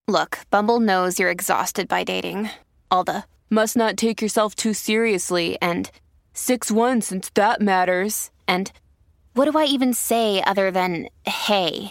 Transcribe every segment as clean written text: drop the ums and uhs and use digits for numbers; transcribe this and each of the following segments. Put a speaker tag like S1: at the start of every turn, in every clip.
S1: Look, Bumble knows you're exhausted by dating. All the must not take yourself too seriously and 6'1" since that matters. And what do I even say other than hey?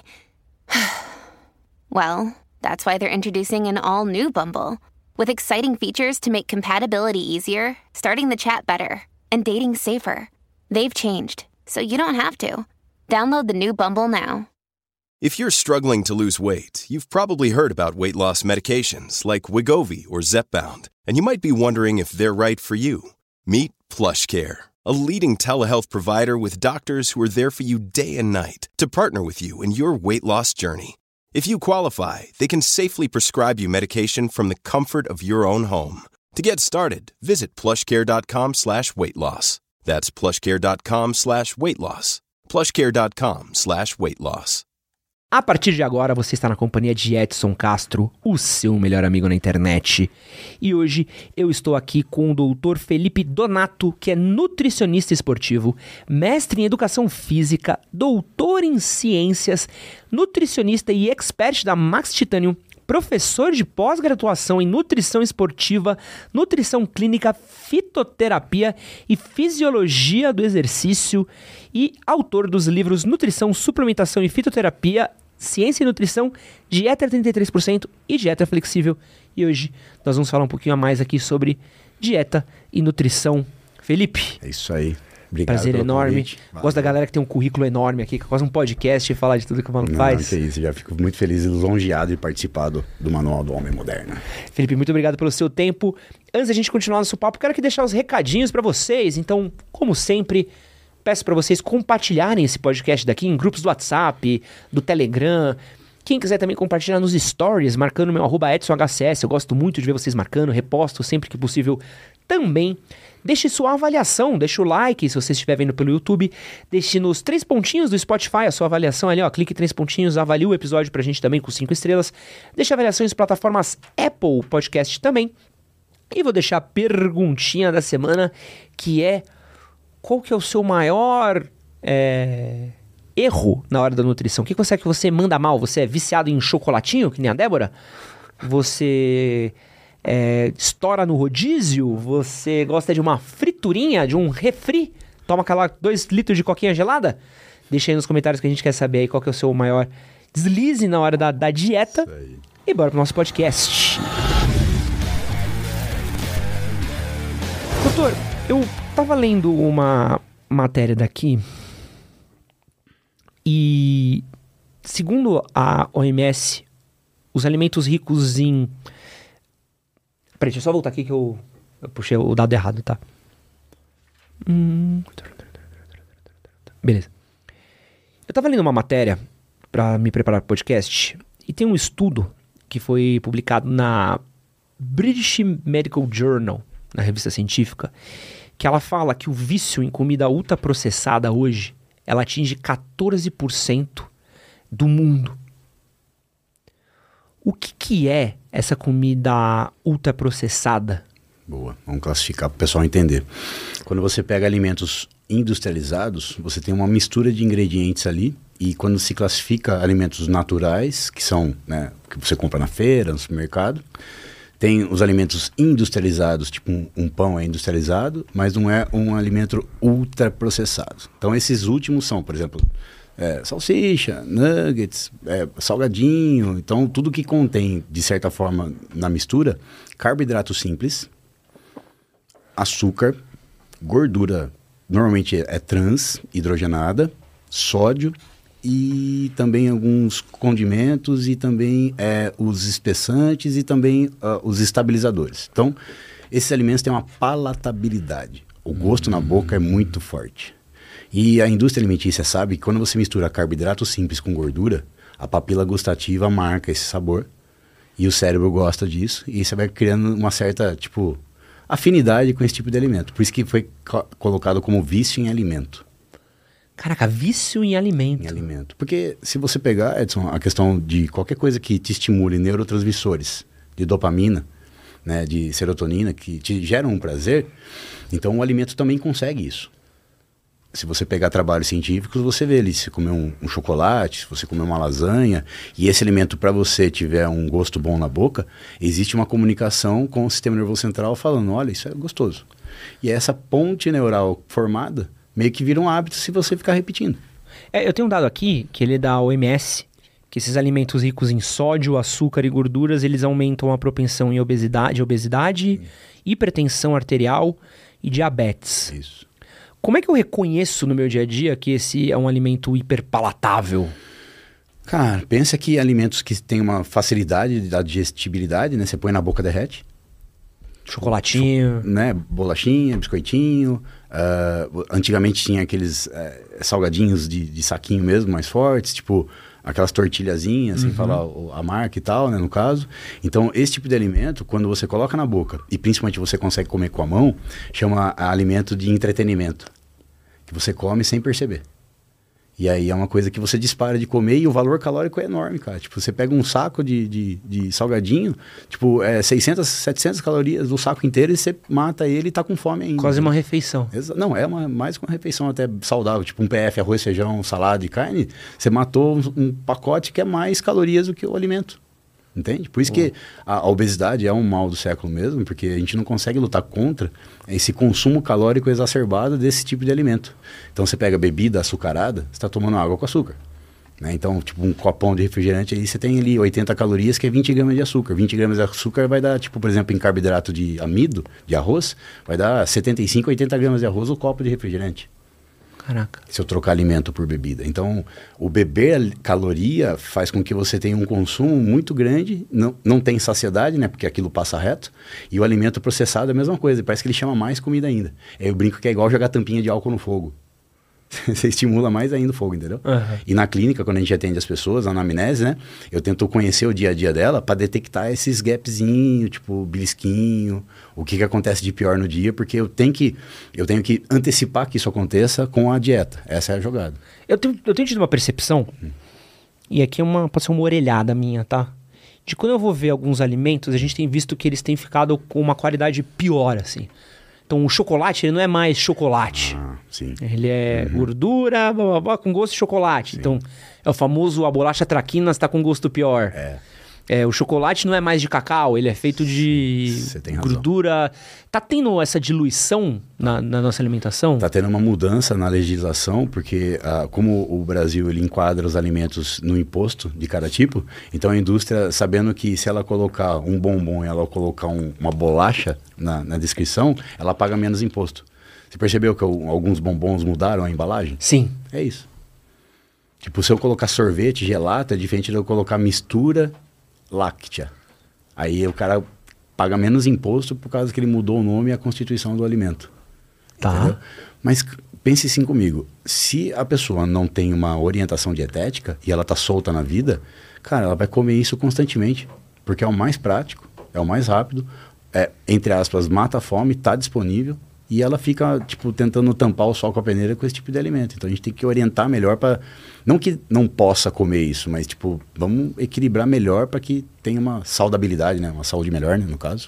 S1: Well, that's why they're introducing an all-new Bumble with exciting features to make compatibility easier, starting the chat better, and dating safer. They've changed, so you don't have to. Download the new Bumble now.
S2: If you're struggling to lose weight, you've probably heard about weight loss medications like Wegovy or Zepbound, and you might be wondering if they're right for you. Meet PlushCare, a leading telehealth provider with doctors who are there for you day and night to partner with you in your weight loss journey. If you qualify, they can safely prescribe you medication from the comfort of your own home. To get started, visit plushcare.com/weightloss. That's plushcare.com/weightloss. plushcare.com/weightloss.
S3: A partir de agora, você está na companhia de Edson Castro, o seu melhor amigo na internet. E hoje eu estou aqui com o Dr. Felipe Donato, que é nutricionista esportivo, mestre em educação física, doutor em ciências, nutricionista e expert da Max Titanium, professor de pós-graduação em nutrição esportiva, nutrição clínica, fitoterapia e fisiologia do exercício e autor dos livros Nutrição, Suplementação e Fitoterapia, Ciência e Nutrição, Dieta 33% e Dieta Flexível. E hoje nós vamos falar um pouquinho a mais aqui sobre dieta e nutrição. Felipe.
S4: É isso aí. Obrigado.
S3: Prazer enorme. Gosto da galera que tem um currículo enorme aqui, que quase um podcast e falar de tudo que o mano faz.
S4: Que isso, já fico muito feliz e lisonjeado de participar do Manual do Homem Moderno.
S3: Felipe, muito obrigado pelo seu tempo. Antes da gente continuar nosso papo, quero aqui deixar os recadinhos para vocês. Então, como sempre, peço para vocês compartilharem esse podcast daqui em grupos do WhatsApp, do Telegram. Quem quiser também compartilhar nos stories, marcando meu @EdsonHCS. Eu gosto muito de ver vocês marcando, reposto sempre que possível também. Deixe sua avaliação, deixe o like se você estiver vendo pelo YouTube, deixe nos 3 pontinhos do Spotify a sua avaliação ali, ó, clique 3 pontinhos, avalie o episódio pra gente também com 5 estrelas, deixe avaliações em plataformas Apple Podcast também, e vou deixar a perguntinha da semana, que é, qual que é o seu maior erro na hora da nutrição? O que você manda mal? Você é viciado em chocolatinho, que nem a Débora? Você estoura no rodízio? Você gosta de uma friturinha, de um refri? Toma aquela 2 litros de coquinha gelada? Deixa aí nos comentários que a gente quer saber aí qual que é o seu maior deslize na hora da dieta. E bora pro nosso podcast. Doutor, eu tava lendo uma matéria daqui e, segundo a OMS, os alimentos ricos em... Peraí, deixa eu só voltar aqui que eu puxei o dado errado, tá? Beleza. Eu tava lendo uma matéria pra me preparar pro podcast e tem um estudo que foi publicado na British Medical Journal, na revista científica, que ela fala que o vício em comida ultraprocessada hoje, ela atinge 14% do mundo. O que é essa comida ultraprocessada?
S4: Boa, vamos classificar para o pessoal entender. Quando você pega alimentos industrializados, você tem uma mistura de ingredientes ali, e quando se classifica alimentos naturais, que são, né, que você compra na feira, no supermercado, tem os alimentos industrializados, tipo um pão é industrializado, mas não é um alimento ultraprocessado. Então esses últimos são, por exemplo, salsicha, nuggets, salgadinho, então tudo que contém, de certa forma, na mistura, carboidrato simples, açúcar, gordura, normalmente é trans, hidrogenada, sódio e também alguns condimentos e também os espessantes e também os estabilizadores. Então, esses alimentos têm uma palatabilidade. O gosto na boca é muito forte. E a indústria alimentícia sabe que quando você mistura carboidrato simples com gordura, a papila gustativa marca esse sabor e o cérebro gosta disso e você vai criando uma certa, afinidade com esse tipo de alimento. Por isso que foi colocado como vício em alimento.
S3: Caraca, vício em alimento.
S4: Em alimento. Porque se você pegar, Edson, a questão de qualquer coisa que te estimule neurotransmissores, de dopamina, né, de serotonina, que te geram um prazer, então o alimento também consegue isso. se você pegar trabalhos científicos, você vê ali, se comer um chocolate, se você comer uma lasanha, e esse alimento para você tiver um gosto bom na boca, existe uma comunicação com o sistema nervoso central falando, olha, isso é gostoso. E essa ponte neural formada meio que vira um hábito se você ficar repetindo.
S3: Eu tenho um dado aqui, que ele é da OMS, que esses alimentos ricos em sódio, açúcar e gorduras, eles aumentam a propensão em obesidade, hipertensão arterial e diabetes.
S4: Isso.
S3: Como é que eu reconheço no meu dia a dia que esse é um alimento hiperpalatável?
S4: Cara, pensa que alimentos que têm uma facilidade da digestibilidade, né? Você põe na boca, derrete.
S3: Chocolatinho.
S4: Né? Bolachinha, biscoitinho. Antigamente tinha aqueles salgadinhos de saquinho mesmo, mais fortes, tipo aquelas tortilhazinhas, sem falar a marca e tal, né, no caso. Então, esse tipo de alimento, quando você coloca na boca, e principalmente você consegue comer com a mão, chama alimento de entretenimento, que você come sem perceber. E aí é uma coisa que você dispara de comer e o valor calórico é enorme, cara. Tipo, você pega um saco de salgadinho, tipo, 600, 700 calorias do saco inteiro e você mata ele e tá com fome ainda.
S3: Quase uma refeição.
S4: Não, mais que uma refeição até saudável. Tipo um PF, arroz, feijão, salada e carne. Você matou um pacote que é mais calorias do que o alimento. Entende? Por isso que a obesidade é um mal do século mesmo, porque a gente não consegue lutar contra esse consumo calórico exacerbado desse tipo de alimento. Então você pega bebida açucarada, você está tomando água com açúcar. Né? Então, tipo um copão de refrigerante, aí você tem ali 80 calorias, que é 20 gramas de açúcar. 20 gramas de açúcar vai dar, tipo, por exemplo, em carboidrato de amido, de arroz, vai dar 75, 80 gramas de arroz o copo de refrigerante.
S3: Caraca.
S4: Se eu trocar alimento por bebida. Então, o beber caloria faz com que você tenha um consumo muito grande, não tem saciedade, né? Porque aquilo passa reto. E o alimento processado é a mesma coisa, parece que ele chama mais comida ainda. Eu brinco que é igual jogar tampinha de álcool no fogo. Você estimula mais ainda o fogo, entendeu?
S3: Uhum.
S4: E na clínica, quando a gente atende as pessoas, na anamnese, né? Eu tento conhecer o dia a dia dela para detectar esses gapzinhos, tipo belisquinho, o que acontece de pior no dia, porque eu tenho que antecipar que isso aconteça com a dieta. Essa é a jogada.
S3: Eu tenho tido uma percepção, e aqui pode ser uma orelhada minha, tá? De quando eu vou ver alguns alimentos, a gente tem visto que eles têm ficado com uma qualidade pior, assim. Então, o chocolate, ele não é mais chocolate.
S4: Sim.
S3: Ele é gordura, blá, blá, blá, com gosto de chocolate. Sim. Então, é o famoso, a bolacha traquinas está com gosto pior. O chocolate não é mais de cacau, ele é feito de gordura. Tá tendo essa diluição na nossa alimentação?
S4: Tá tendo uma mudança na legislação, porque como o Brasil ele enquadra os alimentos no imposto de cada tipo, então a indústria, sabendo que se ela colocar um bombom e ela colocar uma bolacha na descrição, ela paga menos imposto. Você percebeu que alguns bombons mudaram a embalagem?
S3: Sim.
S4: É isso. Tipo, se eu colocar sorvete, gelato, é diferente de eu colocar mistura láctea. Aí o cara paga menos imposto por causa que ele mudou o nome e a constituição do alimento.
S3: Tá.
S4: Entendeu? Mas pense assim comigo, se a pessoa não tem uma orientação dietética e ela tá solta na vida, cara, ela vai comer isso constantemente, porque é o mais prático, é o mais rápido, entre aspas, mata a fome, tá disponível, e ela fica, tipo, tentando tampar o sol com a peneira com esse tipo de alimento. Então a gente tem que orientar melhor para, não que não possa comer isso, mas tipo, vamos equilibrar melhor para que tenha uma saudabilidade, né? Uma saúde melhor, né, no caso.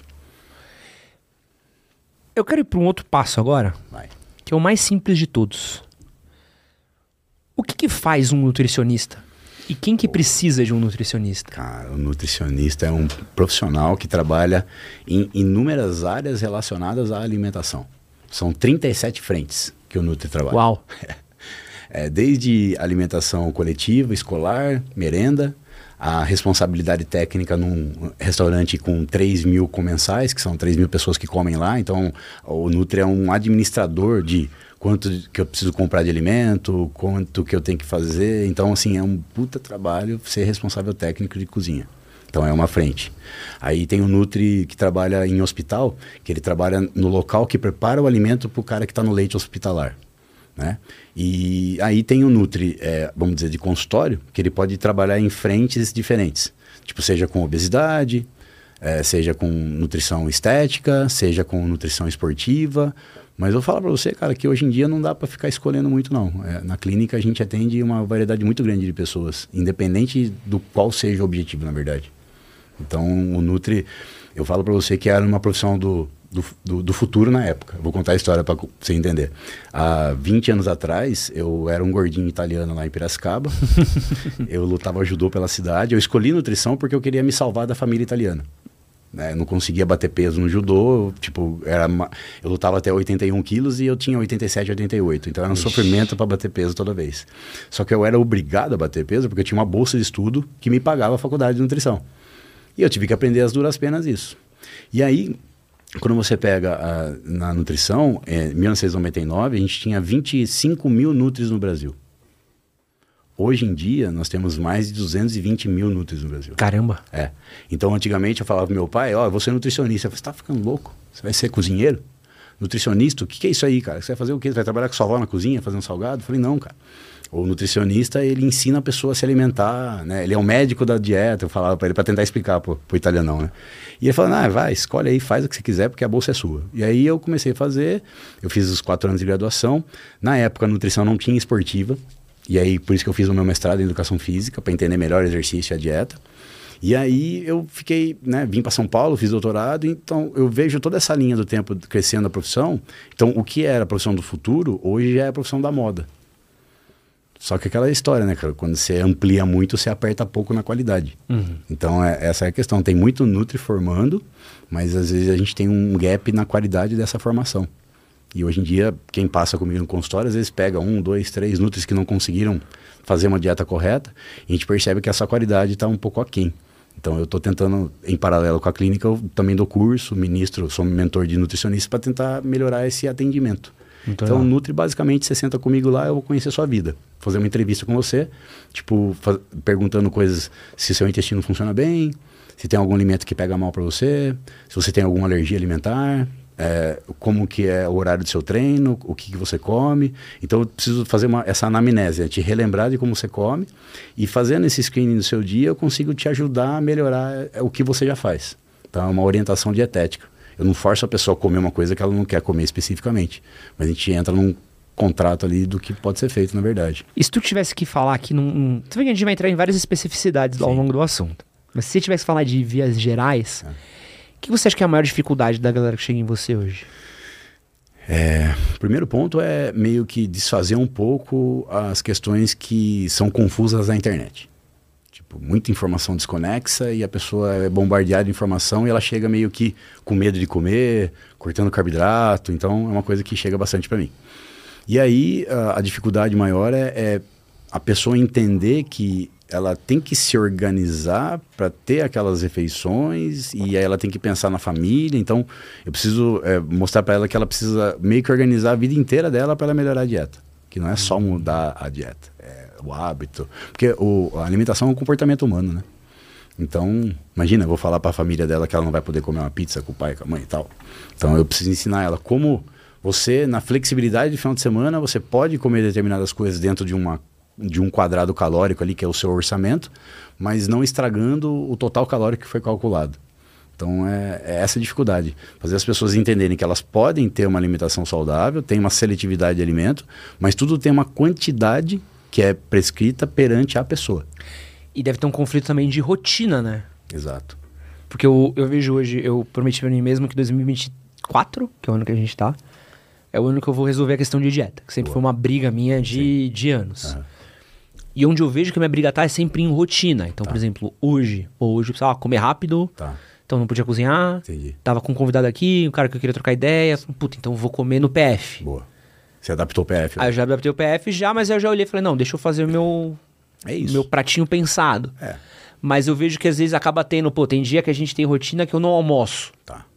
S3: Eu quero ir para um outro passo agora, que é o mais simples de todos. O que faz um nutricionista? E quem que precisa de um nutricionista?
S4: Cara, o nutricionista é um profissional que trabalha em inúmeras áreas relacionadas à alimentação. São 37 frentes que o Nutri trabalha.
S3: Uau!
S4: Desde alimentação coletiva, escolar, merenda, a responsabilidade técnica num restaurante com 3 mil comensais, que são 3 mil pessoas que comem lá. Então, o Nutri é um administrador de quanto que eu preciso comprar de alimento, quanto que eu tenho que fazer. Então, assim, é um puta trabalho ser responsável técnico de cozinha. Então, é uma frente. Aí tem o Nutri que trabalha em hospital, que ele trabalha no local que prepara o alimento para o cara que está no leite hospitalar. Né? E aí tem o Nutri, vamos dizer, de consultório, que ele pode trabalhar em frentes diferentes. Tipo, seja com obesidade, seja com nutrição estética, seja com nutrição esportiva. Mas eu falo para você, cara, que hoje em dia não dá para ficar escolhendo muito, não. Na clínica a gente atende uma variedade muito grande de pessoas, independente do qual seja o objetivo, na verdade. Então, o Nutri, eu falo para você que era uma profissão do futuro na época. Eu vou contar a história para você entender. Há 20 anos atrás, eu era um gordinho italiano lá em Piracicaba. Eu lutava judô pela cidade. Eu escolhi nutrição porque eu queria me salvar da família italiana. Eu não conseguia bater peso no judô, eu lutava até 81 quilos e eu tinha 87, 88. Então era um sofrimento para bater peso toda vez. Só que eu era obrigado a bater peso porque eu tinha uma bolsa de estudo que me pagava a faculdade de nutrição. E eu tive que aprender as duras penas isso. E aí, quando você pega na nutrição, em 1999, a gente tinha 25 mil nutris no Brasil. Hoje em dia, nós temos mais de 220 mil nutris no Brasil.
S3: Caramba!
S4: Então, antigamente, eu falava pro meu pai, eu vou ser nutricionista. Eu falei, você tá ficando louco? Você vai ser cozinheiro? Nutricionista? O que é isso aí, cara? Você vai fazer o quê? Você vai trabalhar com sua avó na cozinha, fazer um salgado? Eu falei, não, cara. O nutricionista, ele ensina a pessoa a se alimentar, né? Ele é o médico da dieta, eu falava para ele, para tentar explicar pro italianão, né? E ele falou, vai, escolhe aí, faz o que você quiser, porque a bolsa é sua. E aí eu comecei a fazer, eu fiz os 4 anos de graduação. Na época, a nutrição não tinha esportiva. E aí, por isso que eu fiz o meu mestrado em Educação Física, para entender melhor o exercício e a dieta. E aí, eu fiquei, vim para São Paulo, fiz doutorado, então eu vejo toda essa linha do tempo crescendo a profissão. Então, o que era a profissão do futuro, hoje já é a profissão da moda. Só que aquela história, né, cara? Quando você amplia muito, você aperta pouco na qualidade. Então, essa é a questão. Tem muito Nutri formando, mas às vezes a gente tem um gap na qualidade dessa formação. E hoje em dia, quem passa comigo no consultório, às vezes pega 1, 2, 3 nutris que não conseguiram fazer uma dieta correta, e a gente percebe que essa qualidade está um pouco aquém. Então eu estou tentando, em paralelo com a clínica, eu também dou curso, ministro, sou mentor de nutricionista para tentar melhorar esse atendimento. Então o Nutri, basicamente, você senta comigo lá, eu vou conhecer a sua vida. Fazer uma entrevista com você, perguntando coisas, se seu intestino funciona bem, se tem algum alimento que pega mal para você, se você tem alguma alergia alimentar, como que é o horário do seu treino, o que você come. Então eu preciso fazer essa anamnese, te relembrar de como você come, e fazendo esse screening do seu dia, eu consigo te ajudar a melhorar o que você já faz. Então é uma orientação dietética. Eu não forço a pessoa a comer uma coisa que ela não quer comer especificamente, mas a gente entra num contrato ali do que pode ser feito, na verdade.
S3: E se tu tivesse que falar aqui Você vê que a gente vai entrar em várias especificidades ao longo do assunto. Mas se você tivesse que falar de vias gerais, o que você acha que é a maior dificuldade da galera que chega em você hoje?
S4: O primeiro ponto é meio que desfazer um pouco as questões que são confusas na internet. Tipo, muita informação desconexa e a pessoa é bombardeada de informação e ela chega meio que com medo de comer, cortando carboidrato. Então é uma coisa que chega bastante para mim. E aí a dificuldade maior é a pessoa entender que ela tem que se organizar para ter aquelas refeições, e aí ela tem que pensar na família. Então eu preciso mostrar para ela que ela precisa meio que organizar a vida inteira dela para ela melhorar a dieta, que não é só mudar a dieta, é o hábito, porque a alimentação é um comportamento humano, né? Então imagina, eu vou falar para a família dela que ela não vai poder comer uma pizza com o pai, com a mãe e tal. Então eu preciso ensinar ela como você, na flexibilidade de final de semana, você pode comer determinadas coisas dentro de um quadrado calórico ali, que é o seu orçamento, mas não estragando o total calórico que foi calculado. Então é essa a dificuldade, fazer as pessoas entenderem que elas podem ter uma alimentação saudável, tem uma seletividade de alimento, mas tudo tem uma quantidade que é prescrita perante a pessoa.
S3: E deve ter um conflito também de rotina, né?
S4: Exato.
S3: Porque eu vejo hoje, eu prometi pra mim mesmo que 2024, que é o ano que a gente tá, é o ano que eu vou resolver a questão de dieta, que sempre foi uma briga minha de anos. E onde eu vejo que a minha briga é sempre em rotina. Então, por exemplo, hoje eu precisava comer rápido, então não podia cozinhar.
S4: Entendi.
S3: Tava com um convidado aqui, um cara que eu queria trocar ideia. Puta, então eu vou comer no PF.
S4: Boa. Você adaptou o PF?
S3: Aí eu já adaptei o PF mas aí eu já olhei e falei, não, deixa eu fazer o meu pratinho pensado. Mas eu vejo que às vezes acaba tendo, tem dia que a gente tem rotina que eu não almoço.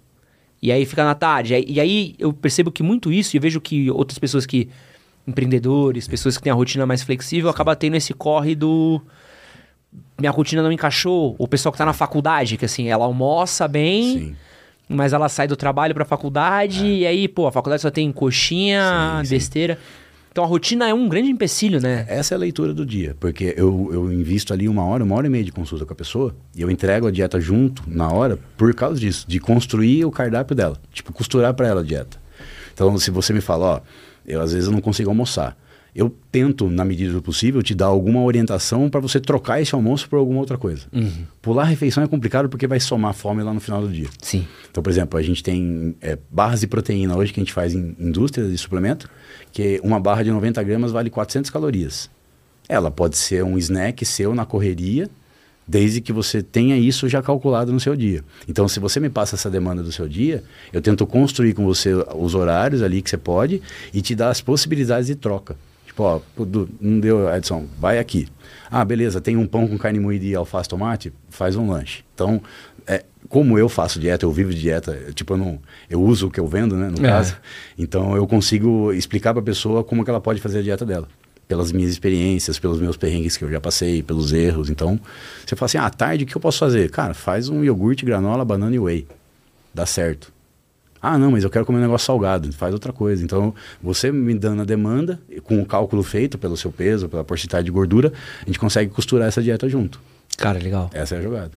S3: E aí fica na tarde. E aí eu percebo que muito isso, e eu vejo que outras pessoas empreendedores, pessoas que têm a rotina mais flexível, acaba tendo esse corre do... Minha rotina não encaixou. O pessoal que tá na faculdade, que assim, ela almoça bem, mas ela sai do trabalho pra faculdade, e aí, a faculdade só tem coxinha, besteira. Então a rotina é um grande empecilho, né?
S4: Essa é a leitura do dia, porque eu invisto ali 1 hora e meia de consulta com a pessoa, e eu entrego a dieta junto, na hora, por causa disso, de construir o cardápio dela, costurar para ela a dieta. Então, se você me fala, às vezes eu não consigo almoçar, eu tento, na medida do possível, te dar alguma orientação para você trocar esse almoço por alguma outra coisa. Pular a refeição é complicado porque vai somar fome lá no final do dia.
S3: Sim.
S4: Então, por exemplo, a gente tem barras de proteína hoje que a gente faz em indústria de suplemento, que uma barra de 90 gramas vale 400 calorias. Ela pode ser um snack seu na correria, desde que você tenha isso já calculado no seu dia. Então, se você me passa essa demanda do seu dia, eu tento construir com você os horários ali que você pode e te dar as possibilidades de troca. Tipo, ó, não deu, Edson, vai aqui. Ah, beleza, tem um pão com carne moída e alface e tomate, faz um lanche. Então, como eu faço dieta, eu vivo de dieta, tipo, eu uso o que eu vendo, né, no caso. Então, eu consigo explicar para a pessoa como que ela pode fazer a dieta dela. Pelas minhas experiências, pelos meus perrengues que eu já passei, pelos erros. Então, você fala assim, à tarde, o que eu posso fazer? Cara, faz um iogurte, granola, banana e whey. Dá certo. Ah, não, mas eu quero comer um negócio salgado. Faz outra coisa. Então, você me dando a demanda, com o cálculo feito pelo seu peso, pela porcentagem de gordura, a gente consegue costurar essa dieta junto.
S3: Cara, legal.
S4: Essa é a jogada.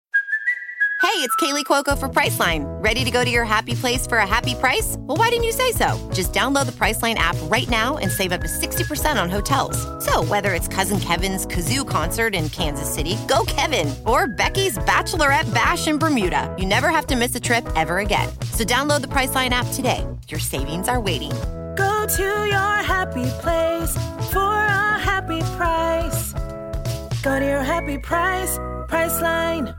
S5: Hey, it's Kaylee Cuoco for Priceline. Ready to go to your happy place for a happy price? Well, why didn't you say so? Just download the Priceline app right now and save up to 60% on hotels. So whether it's Cousin Kevin's Kazoo Concert in Kansas City, go Kevin, or Becky's Bachelorette Bash in Bermuda, you never have to miss a trip ever again. So download the Priceline app today. Your savings are waiting.
S6: Go to your happy place for a happy price. Go to your happy price, Priceline.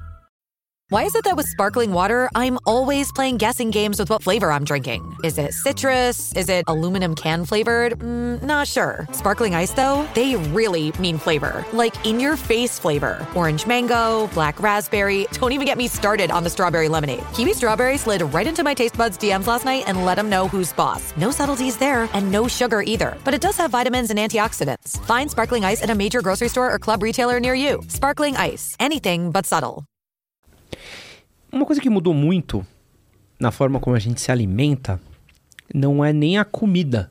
S7: Why is it that with sparkling water, I'm always playing guessing games with what flavor I'm drinking? Is it citrus? Is it aluminum can flavored? Not sure. Sparkling Ice, though, they really mean flavor. Like in-your-face flavor. Orange mango, black raspberry. Don't even get me started on the strawberry lemonade. Kiwi Strawberry slid right into my taste buds DMs last night and let them know who's boss. No subtleties there, and no sugar either. But it does have vitamins and antioxidants. Find Sparkling Ice at a major grocery store or club retailer near you. Sparkling Ice. Anything but subtle.
S3: Uma coisa que mudou muito na forma como a gente se alimenta não é nem a comida.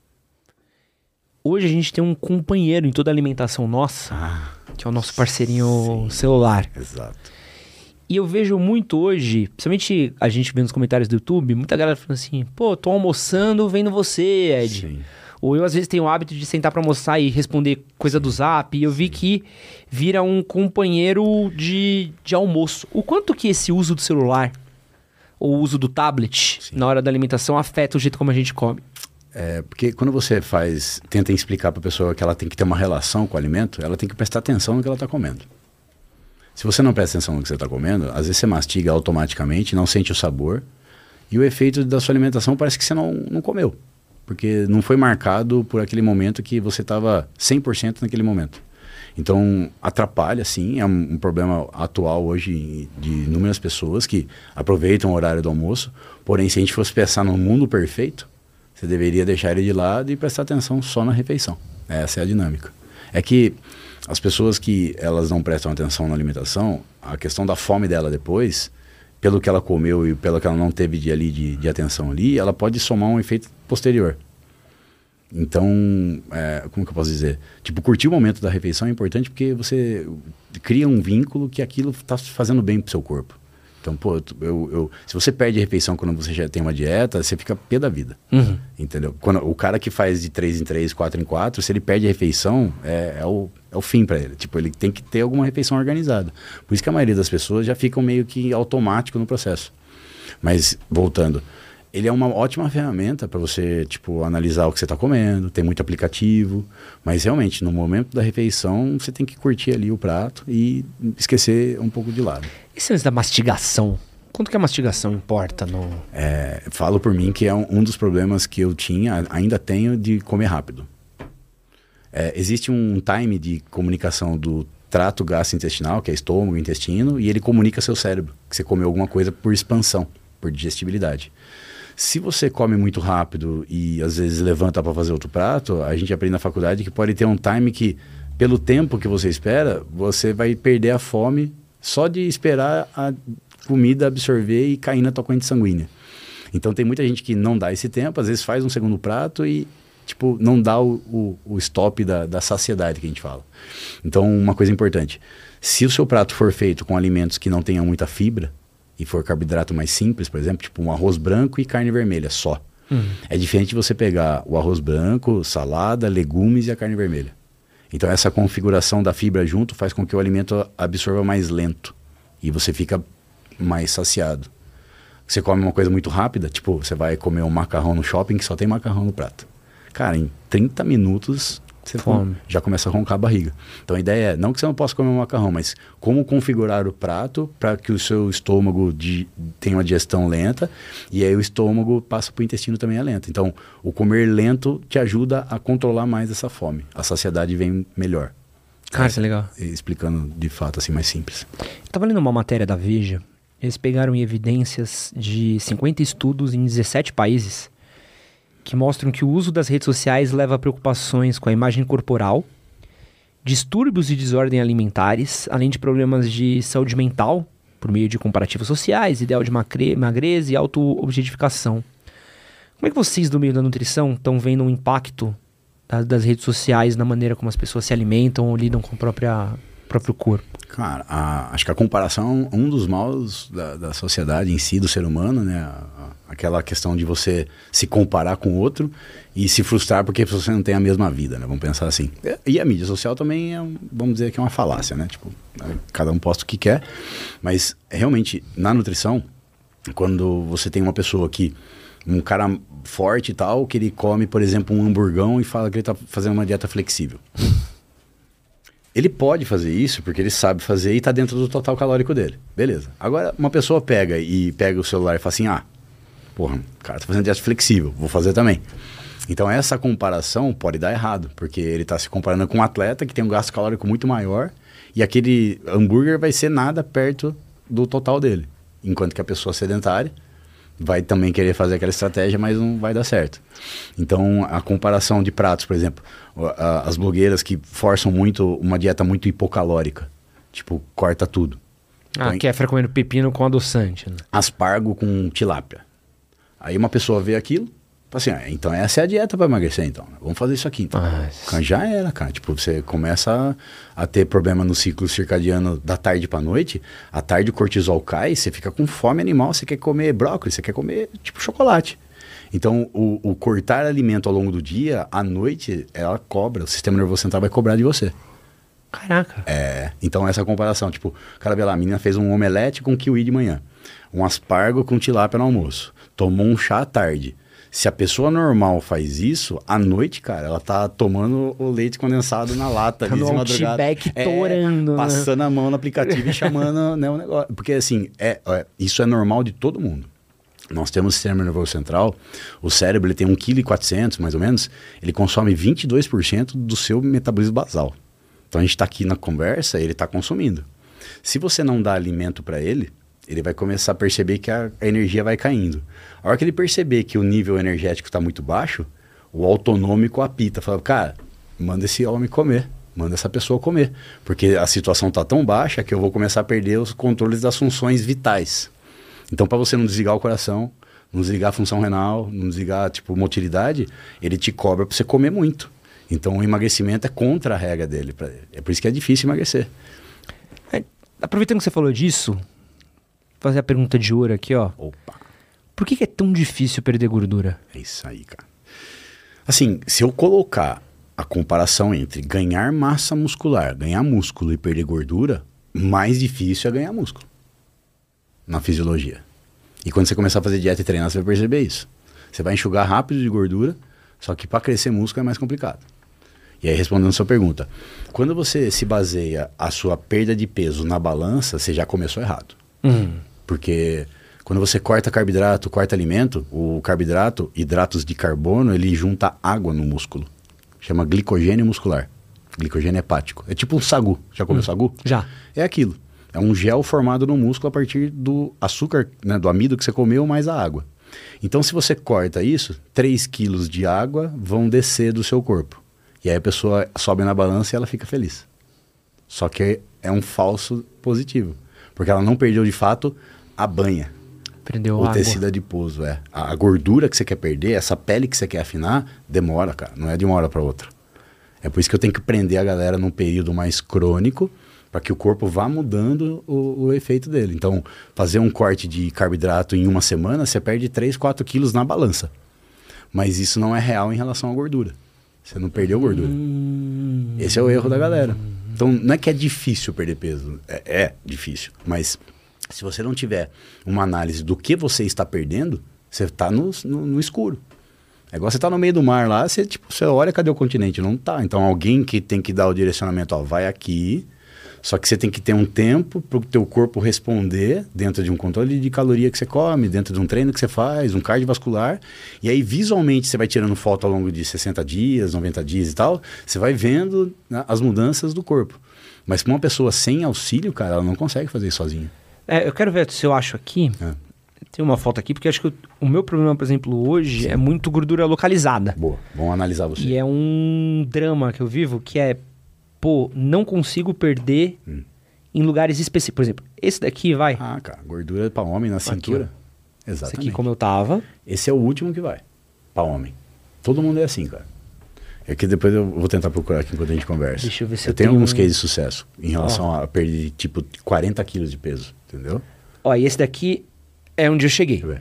S3: Hoje a gente tem um companheiro em toda a alimentação nossa, que é o nosso parceirinho celular.
S4: Exato.
S3: E eu vejo muito hoje, principalmente a gente vê nos comentários do YouTube, muita galera falando assim, pô, tô almoçando vendo você, Ed.
S4: Sim.
S3: Ou eu às vezes tenho o hábito de sentar pra almoçar e responder coisa do Zap, e eu vi que vira um companheiro de almoço. O quanto que esse uso do celular, ou o uso do tablet, na hora da alimentação, afeta o jeito como a gente come?
S4: Porque quando você tenta explicar pra pessoa que ela tem que ter uma relação com o alimento, ela tem que prestar atenção no que ela tá comendo. Se você não presta atenção no que você tá comendo, às vezes você mastiga automaticamente, não sente o sabor, e o efeito da sua alimentação parece que você não comeu. Porque não foi marcado por aquele momento que você estava 100% naquele momento. Então, atrapalha, sim, é um problema atual hoje de inúmeras pessoas que aproveitam o horário do almoço. Porém, se a gente fosse pensar no mundo perfeito, você deveria deixar ele de lado e prestar atenção só na refeição. Essa é a dinâmica. É que as pessoas que elas não prestam atenção na alimentação, a questão da fome dela depois, pelo que ela comeu e pelo que ela não teve de atenção ali, ela pode somar um efeito posterior. Então, como que eu posso dizer? Tipo, curtir o momento da refeição é importante porque você cria um vínculo que aquilo está fazendo bem pro seu corpo. Então, pô, se você perde a refeição quando você já tem uma dieta, você fica pé da vida. Uhum. Entendeu? Quando, o cara que faz de 3 em 3, 4 em 4, se ele perde a refeição, é o fim para ele. Tipo, ele tem que ter alguma refeição organizada. Por isso que a maioria das pessoas já ficam meio que automático no processo. Mas, voltando, ele é uma ótima ferramenta para você, tipo, analisar o que você está comendo, tem muito aplicativo, mas realmente, no momento da refeição, você tem que curtir ali o prato e esquecer um pouco de lado.
S3: Esse lance da mastigação, quanto que a mastigação importa no...
S4: Falo por mim que é um dos problemas que eu ainda tenho de comer rápido. Existe um time de comunicação do trato gastrointestinal, que é estômago, intestino, e ele comunica seu cérebro, que você comeu alguma coisa por expansão, por digestibilidade. Se você come muito rápido e às vezes levanta para fazer outro prato, a gente aprende na faculdade que pode ter um time que, pelo tempo que você espera, você vai perder a fome só de esperar a comida absorver e cair na tua corrente sanguínea. Então tem muita gente que não dá esse tempo, às vezes faz um segundo prato e tipo, não dá o stop da saciedade que a gente fala. Então, uma coisa importante, se o seu prato for feito com alimentos que não tenham muita fibra, e for carboidrato mais simples, por exemplo, tipo um arroz branco e carne vermelha só. É diferente de você pegar o arroz branco, salada, legumes e a carne vermelha. Então essa configuração da fibra junto faz com que o alimento absorva mais lento e você fica mais saciado. Você come uma coisa muito rápida, tipo, você vai comer um macarrão no shopping que só tem macarrão no prato. Cara, em 30 minutos você já começa a roncar a barriga. Então a ideia é, não que você não possa comer um macarrão, mas como configurar o prato para que o seu estômago tenha uma digestão lenta e aí o estômago passa para o intestino também é lento. Então o comer lento te ajuda a controlar mais essa fome. A saciedade vem melhor.
S3: Cara, isso é legal.
S4: Explicando de fato assim mais simples.
S3: Eu tava lendo uma matéria da Veja, eles pegaram evidências de 50 estudos em 17 países que mostram que o uso das redes sociais leva a preocupações com a imagem corporal, distúrbios e desordem alimentares, além de problemas de saúde mental, por meio de comparativos sociais, ideal de magreza e auto-objetificação. Como é que vocês do meio da nutrição estão vendo o impacto das redes sociais na maneira como as pessoas se alimentam ou lidam com o próprio corpo?
S4: Cara, acho que a comparação é um dos maus da sociedade em si, do ser humano, né? Aquela questão de você se comparar com o outro e se frustrar porque você não tem a mesma vida, né? Vamos pensar assim. E a mídia social também vamos dizer que é uma falácia, né? Tipo, cada um posta o que quer. Mas, realmente, na nutrição, quando você tem uma pessoa um cara forte e tal, que ele come, por exemplo, um hamburgão e fala que ele tá fazendo uma dieta flexível. Ele pode fazer isso porque ele sabe fazer e está dentro do total calórico dele. Beleza. Agora, uma pessoa pega o celular e fala assim, porra, o cara tá fazendo dieta flexível, vou fazer também. Então, essa comparação pode dar errado, porque ele está se comparando com um atleta que tem um gasto calórico muito maior e aquele hambúrguer vai ser nada perto do total dele. Enquanto que a pessoa sedentária vai também querer fazer aquela estratégia, mas não vai dar certo. Então, a comparação de pratos, por exemplo, as blogueiras que forçam muito uma dieta muito hipocalórica, tipo, corta tudo.
S3: Que é comendo pepino com adoçante, né?
S4: Aspargo com tilápia. Aí uma pessoa vê aquilo, fala assim, então essa é a dieta para emagrecer, então. Vamos fazer isso aqui, então. Já era, cara. Tipo, você começa a ter problema no ciclo circadiano da tarde para noite, à tarde o cortisol cai, você fica com fome animal, você quer comer brócolis, você quer comer, tipo, chocolate. Então, o cortar alimento ao longo do dia, à noite, ela cobra, o sistema nervoso central vai cobrar de você.
S3: Caraca.
S4: Então essa comparação, tipo, o cara vê lá, a menina fez um omelete com kiwi de manhã, um aspargo com tilápia no almoço, tomou um chá à tarde. Se a pessoa normal faz isso, à noite, cara, ela tá tomando o leite condensado na lata.
S3: Tá no Outback torando,
S4: passando a mão no aplicativo e chamando, né, o negócio. Porque, assim, isso é normal de todo mundo. Nós temos o sistema nervoso central, o cérebro ele tem 1,4 kg, mais ou menos, ele consome 22% do seu metabolismo basal. Então, a gente está aqui na conversa, ele está consumindo. Se você não dá alimento para ele vai começar a perceber que a energia vai caindo. A hora que ele perceber que o nível energético está muito baixo, o autonômico apita, fala, cara, manda esse homem comer, manda essa pessoa comer, porque a situação está tão baixa que eu vou começar a perder os controles das funções vitais. Então, para você não desligar o coração, não desligar a função renal, não desligar, tipo, motilidade, ele te cobra para você comer muito. Então, o emagrecimento é contra a regra dele. É por isso que é difícil emagrecer.
S3: Aproveitando que você falou disso, vou fazer a pergunta de ouro aqui, ó.
S4: Opa.
S3: Por que é tão difícil perder gordura?
S4: É isso aí, cara. Assim, se eu colocar a comparação entre ganhar massa muscular, ganhar músculo e perder gordura, mais difícil é ganhar músculo. Na fisiologia. E quando você começar a fazer dieta e treinar, você vai perceber isso. Você vai enxugar rápido de gordura, só que para crescer músculo é mais complicado. E aí, respondendo a sua pergunta, quando você se baseia a sua perda de peso na balança, você já começou errado. Porque quando você corta carboidrato, corta alimento, o carboidrato, hidratos de carbono, ele junta água no músculo. Chama glicogênio muscular. Glicogênio hepático. É tipo um sagu. Já comeu sagu?
S3: Já.
S4: É aquilo. É um gel formado no músculo a partir do açúcar, né, do amido que você comeu, mais a água. Então, se você corta isso, 3 quilos de água vão descer do seu corpo. E aí a pessoa sobe na balança e ela fica feliz. Só que é um falso positivo. Porque ela não perdeu, de fato, a banha.
S3: Perdeu
S4: o
S3: água.
S4: tecido adiposo, A gordura que você quer perder, essa pele que você quer afinar, demora, cara. Não é de uma hora para outra. É por isso que eu tenho que prender a galera num período mais crônico, para que o corpo vá mudando o efeito dele. Então, fazer um corte de carboidrato em uma semana, você perde 3, 4 quilos na balança. Mas isso não é real em relação à gordura. Você não perdeu gordura. Esse é o erro da galera. Então, não é que é difícil perder peso. É difícil. Mas se você não tiver uma análise do que você está perdendo, você está no escuro. É igual você tá no meio do mar lá, você olha, cadê o continente? Não tá. Então, alguém que tem que dar o direcionamento, vai aqui. Só que você tem que ter um tempo para o teu corpo responder dentro de um controle de caloria que você come, dentro de um treino que você faz, um cardiovascular. E aí, visualmente, você vai tirando foto ao longo de 60 dias, 90 dias e tal. Você vai vendo, né, as mudanças do corpo. Mas para uma pessoa sem auxílio, cara, ela não consegue fazer isso sozinha.
S3: Eu quero ver se eu acho aqui. Tem uma foto aqui, porque acho que o meu problema, por exemplo, hoje é muito gordura localizada.
S4: Boa, vamos analisar você.
S3: E é um drama que eu vivo, que é... não consigo perder em lugares específicos. Por exemplo, esse daqui vai...
S4: cara, gordura para homem na cintura.
S3: Aqui,
S4: exatamente.
S3: Esse aqui como eu tava.
S4: Esse é o último que vai, para homem. Todo mundo é assim, cara. É que depois eu vou tentar procurar aqui enquanto a gente conversa.
S3: Deixa eu ver se
S4: eu tenho alguns cases de sucesso em relação a perder, 40 quilos de peso, entendeu?
S3: E esse daqui é onde eu cheguei.
S4: Deixa eu ver.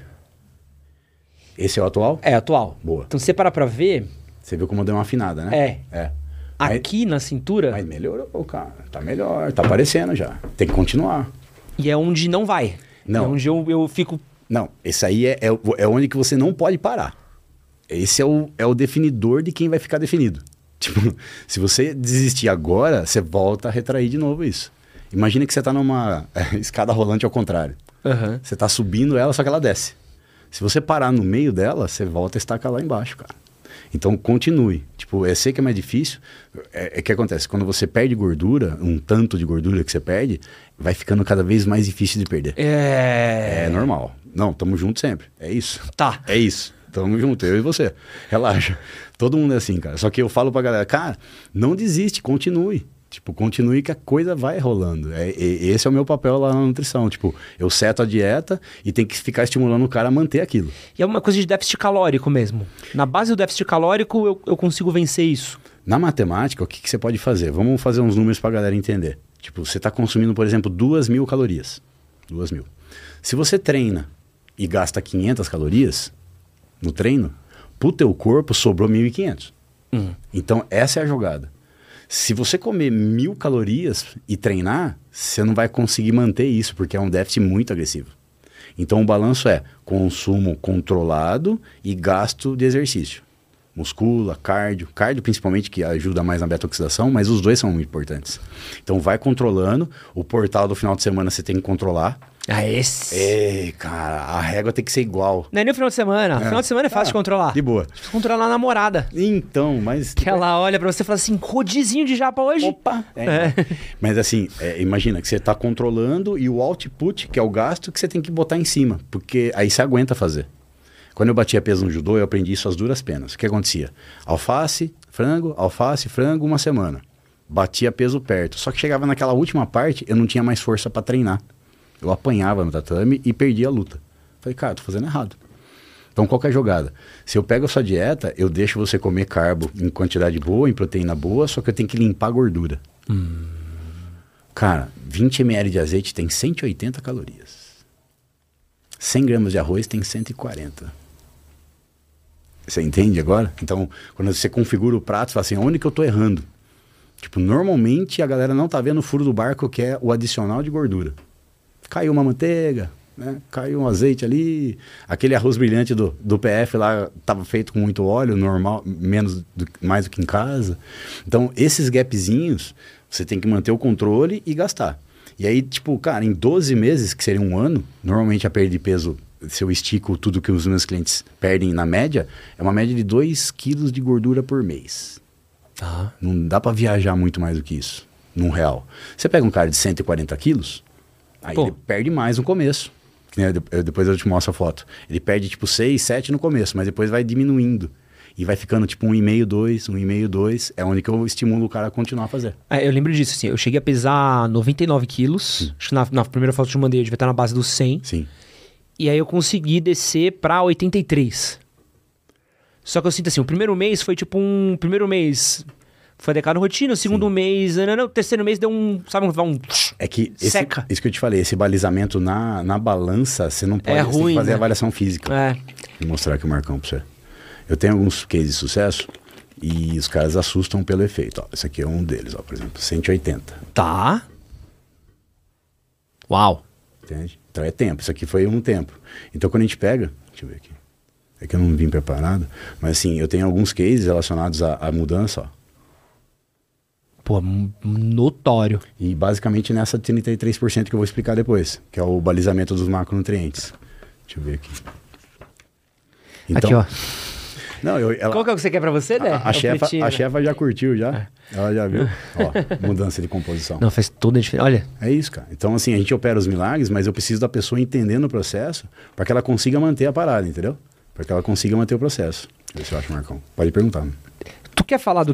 S4: Esse é o atual?
S3: É, atual.
S4: Boa.
S3: Então, se você parar pra ver...
S4: Você viu como deu uma afinada, né?
S3: É. Aqui na cintura...
S4: Mas melhorou, cara. Tá melhor, tá aparecendo já. Tem que continuar.
S3: E é onde não vai.
S4: Não.
S3: É onde eu fico...
S4: Não, esse aí é onde que você não pode parar. Esse é o definidor de quem vai ficar definido. Tipo, se você desistir agora, você volta a retrair de novo isso. Imagina que você tá numa escada rolante ao contrário. Você tá subindo ela, só que ela desce. Se você parar no meio dela, você volta a estacar lá embaixo, cara. Então, continue. Eu sei que é mais difícil. Que acontece? Quando você perde gordura, um tanto de gordura que você perde, vai ficando cada vez mais difícil de perder. É normal. Não, tamo junto sempre. É isso.
S3: Tá.
S4: É isso. Tamo junto, eu e você. Relaxa. Todo mundo é assim, cara. Só que eu falo pra galera, cara, não desiste, continue. Continue que a coisa vai rolando. Esse é o meu papel lá na nutrição. Eu seto a dieta e tem que ficar estimulando o cara a manter aquilo.
S3: E é uma coisa de déficit calórico mesmo. Na base do déficit calórico, eu consigo vencer isso.
S4: Na matemática, o que você pode fazer? Vamos fazer uns números pra galera entender. Você tá consumindo, por exemplo, 2.000 calorias. 2.000. Se você treina e gasta 500 calorias no treino, pro teu corpo sobrou 1.500. Então, essa é a jogada. Se você comer 1.000 calorias e treinar, você não vai conseguir manter isso, porque é um déficit muito agressivo. Então, o balanço é consumo controlado e gasto de exercício. Muscula, cardio principalmente, que ajuda mais na beta-oxidação, mas os dois são muito importantes. Então, vai controlando. O portal do final de semana você tem que controlar.
S3: Esse.
S4: Cara, a régua tem que ser igual.
S3: Não é nem o final de semana. Final de semana é fácil de controlar.
S4: De boa.
S3: Você controlar a namorada.
S4: Então, mas...
S3: Que ela olha pra você e fala assim, rodizinho de japa hoje.
S4: Opa! Mas assim, imagina que você tá controlando e o output, que é o gasto, que você tem que botar em cima. Porque aí você aguenta fazer. Quando eu batia peso no judô, eu aprendi isso às duras penas. O que acontecia? Alface, frango, uma semana. Batia peso perto. Só que chegava naquela última parte, eu não tinha mais força pra treinar. Eu apanhava no tatame e perdia a luta. Falei, cara, tô fazendo errado. Então, qual que é a jogada? Se eu pego a sua dieta, eu deixo você comer carbo em quantidade boa, em proteína boa, só que eu tenho que limpar a gordura. Cara, 20 ml de azeite tem 180 calorias. 100 gramas de arroz tem 140. Você entende agora? Então, quando você configura o prato, você fala assim, onde que eu tô errando? Normalmente a galera não tá vendo o furo do barco, que é o adicional de gordura. Caiu uma manteiga, né? Caiu um azeite ali, aquele arroz brilhante do PF lá estava feito com muito óleo, normal, mais do que em casa. Então, esses gapzinhos, você tem que manter o controle e gastar. E aí, cara, em 12 meses, que seria um ano, normalmente a perda de peso, se eu estico tudo que os meus clientes perdem na média, é uma média de 2 quilos de gordura por mês. Não dá para viajar muito mais do que isso, num real. Você pega um cara de 140 quilos... Aí ele perde mais no começo. Depois eu te mostro a foto. Ele perde 6, 7 no começo, mas depois vai diminuindo. E vai ficando 1,5, 2, 1,5, 2. É onde que eu estimulo o cara a continuar a fazer.
S3: Eu lembro disso, assim. Eu cheguei a pesar 99 quilos. Acho que na primeira foto que eu te mandei, eu devia estar na base dos 100.
S4: Sim.
S3: E aí eu consegui descer pra 83. Só que eu sinto assim, o primeiro mês foi primeiro mês... Foi adequado rotina, o segundo mês... o terceiro mês deu sabe, um...
S4: É que
S3: seca.
S4: Isso que eu te falei, esse balizamento na balança, você não pode
S3: ruim,
S4: fazer
S3: né?
S4: avaliação física. Vou mostrar aqui o Marcão pra você. Eu tenho alguns cases de sucesso e os caras assustam pelo efeito. Ó, esse aqui é um deles, ó, por exemplo, 180.
S3: Tá. Uau.
S4: Entende? Então é tempo. Isso aqui foi um tempo. Então quando a gente pega... Deixa eu ver aqui. É que eu não vim preparado. Mas assim, eu tenho alguns cases relacionados à mudança, ó.
S3: Pô, notório.
S4: E basicamente nessa 33% que eu vou explicar depois, que é o balizamento dos macronutrientes. Deixa eu ver aqui. Então,
S3: aqui, ó.
S4: Não,
S3: Qual que é o que você quer pra você, né?
S4: A chefa já curtiu, já. Ela já viu. Ó, mudança de composição.
S3: Não, faz toda a diferença. Olha.
S4: É isso, cara. Então, assim, a gente opera os milagres, mas eu preciso da pessoa entendendo o processo para que ela consiga manter a parada, entendeu? Para que ela consiga manter o processo. Isso eu acho, Marcão. Pode perguntar.
S3: Tu quer falar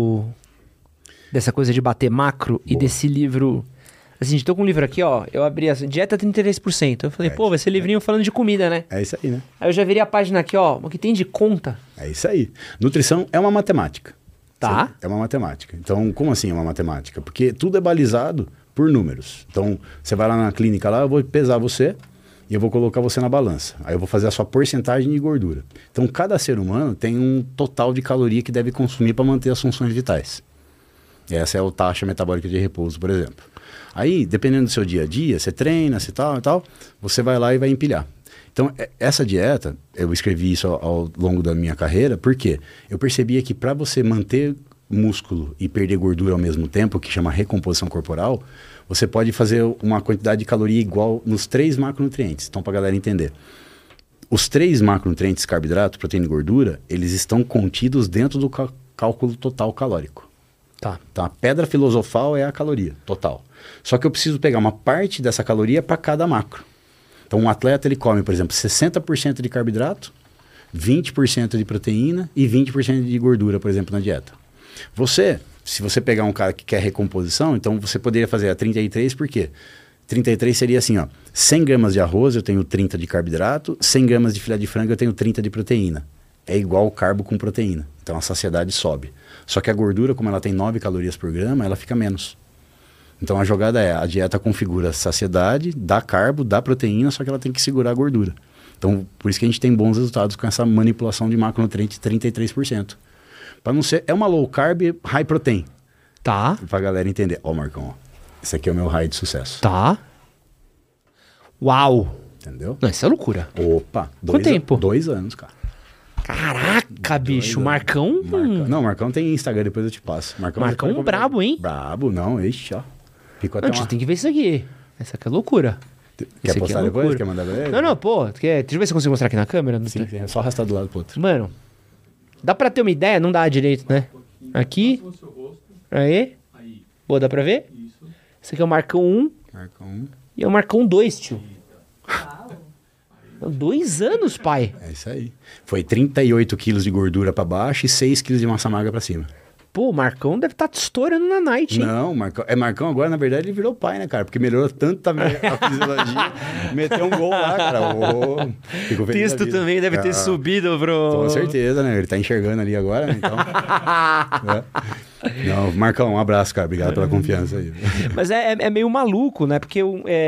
S3: dessa coisa de bater macro e desse livro... Assim, estou com um livro aqui, ó. Eu abri assim, dieta 33%. Eu falei, pô, vai ser livrinho falando de comida, né?
S4: É isso aí, né?
S3: Aí eu já virei a página aqui, ó. O que tem de conta?
S4: É isso aí. Nutrição é uma matemática.
S3: Tá.
S4: Certo? É uma matemática. Então, como assim é uma matemática? Porque tudo é balizado por números. Então, você vai lá na clínica lá, eu vou pesar você e eu vou colocar você na balança. Aí eu vou fazer a sua porcentagem de gordura. Então, cada ser humano tem um total de caloria que deve consumir para manter as funções vitais. Essa é a taxa metabólica de repouso, por exemplo. Aí, dependendo do seu dia a dia, você treina, você tal e tal, você vai lá e vai empilhar. Então, essa dieta, eu escrevi isso ao longo da minha carreira, porque eu percebia que para você manter músculo e perder gordura ao mesmo tempo, que chama recomposição corporal, você pode fazer uma quantidade de caloria igual nos 3 macronutrientes. Então, para a galera entender. Os 3 macronutrientes, carboidrato, proteína e gordura, eles estão contidos dentro do cálculo total calórico.
S3: Tá.
S4: Então, a pedra filosofal é a caloria total. Só que eu preciso pegar uma parte dessa caloria para cada macro. Então, um atleta, ele come, por exemplo, 60% de carboidrato, 20% de proteína e 20% de gordura, por exemplo, na dieta. Se você pegar um cara que quer recomposição, então você poderia fazer a 33, por quê? 33 seria assim, ó, 100 gramas de arroz, eu tenho 30 de carboidrato, 100 gramas de filé de frango, eu tenho 30 de proteína. É igual carbo com proteína. Então, a saciedade sobe. Só que a gordura, como ela tem 9 calorias por grama, ela fica menos. Então a jogada é, a dieta configura a saciedade, dá carbo, dá proteína, só que ela tem que segurar a gordura. Então, por isso que a gente tem bons resultados com essa manipulação de macronutrientes 33%. Para não ser, é uma low carb, high protein.
S3: Tá.
S4: Pra galera entender. Ó, Marcão, ó. Esse aqui é o meu high de sucesso.
S3: Tá. Uau.
S4: Entendeu?
S3: Não, isso é loucura.
S4: Opa.
S3: Quanto tempo?
S4: 2 anos, cara.
S3: Caraca, bicho. Marcão...
S4: Não, Marcão tem Instagram, depois eu te passo.
S3: Marcão brabo, hein?
S4: Brabo, não, ixi, ó. Ficou até
S3: Não, tem que ver isso aqui. Essa aqui é loucura.
S4: Quer
S3: Esse
S4: postar
S3: aqui é
S4: depois?
S3: loucura.
S4: Quer mandar pra ele?
S3: Não, pô. Deixa eu ver se eu consigo mostrar aqui na câmera.
S4: Sim, é só arrastar do lado pro outro.
S3: Mano, dá pra ter uma ideia? Não dá direito, né? Aqui. Aí. Boa, dá pra ver? Esse aqui é o Marcão 1.
S4: Marcão 1.
S3: E é o Marcão 2, tio. 2 anos, pai.
S4: É isso aí. Foi 38 quilos de gordura pra baixo e 6 quilos de massa magra pra cima.
S3: Pô, o Marcão deve estar te estourando na night, hein?
S4: Não, Marcão agora, na verdade, ele virou pai, né, cara? Porque melhorou tanto a fisiologia. Meteu um gol lá, cara.
S3: O texto também deve ter subido, bro.
S4: Com certeza, né? Ele tá enxergando ali agora, né? Então... Não, Marcão, um abraço, cara. Obrigado pela confiança aí.
S3: Mas é meio maluco, né? Porque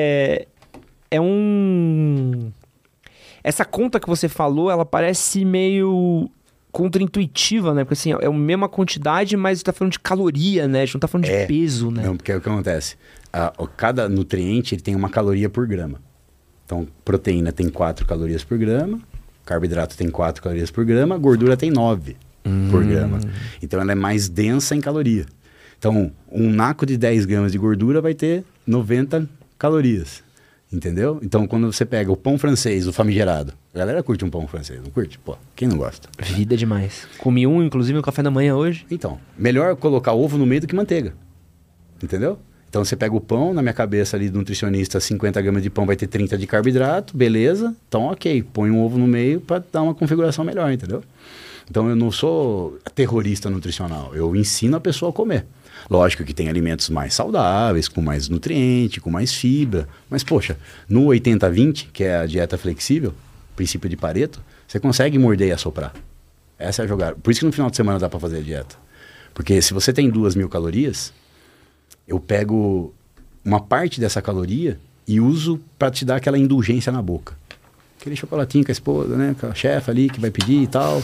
S3: essa conta que você falou, ela parece meio contraintuitiva, né? Porque assim, é a mesma quantidade, mas você tá falando de caloria, né? A gente não tá falando de peso, né?
S4: Não, porque é o que acontece. Cada nutriente ele tem uma caloria por grama. Então, proteína tem 4 calorias por grama, carboidrato tem 4 calorias por grama, gordura tem 9 por grama. Então, ela é mais densa em caloria. Então, um naco de 10 gramas de gordura vai ter 90 calorias. Entendeu? Então, quando você pega o pão francês, o famigerado, a galera curte um pão francês, não curte? Pô, quem não gosta?
S3: Vida demais. Comi um, inclusive, no café da manhã hoje.
S4: Então, melhor colocar ovo no meio do que manteiga. Entendeu? Então, você pega o pão, na minha cabeça ali do nutricionista, 50 gramas de pão vai ter 30 de carboidrato, beleza. Então, ok, põe um ovo no meio para dar uma configuração melhor, entendeu? Então, eu não sou terrorista nutricional, eu ensino a pessoa a comer. Lógico que tem alimentos mais saudáveis, com mais nutriente, com mais fibra. Mas, poxa, no 80-20, que é a dieta flexível, princípio de Pareto, você consegue morder e assoprar. Essa é a jogada. Por isso que no final de semana dá para fazer a dieta. Porque se você tem 2.000 calorias, eu pego uma parte dessa caloria e uso para te dar aquela indulgência na boca. Aquele chocolatinho com a esposa, né? Com a chefe ali que vai pedir e tal.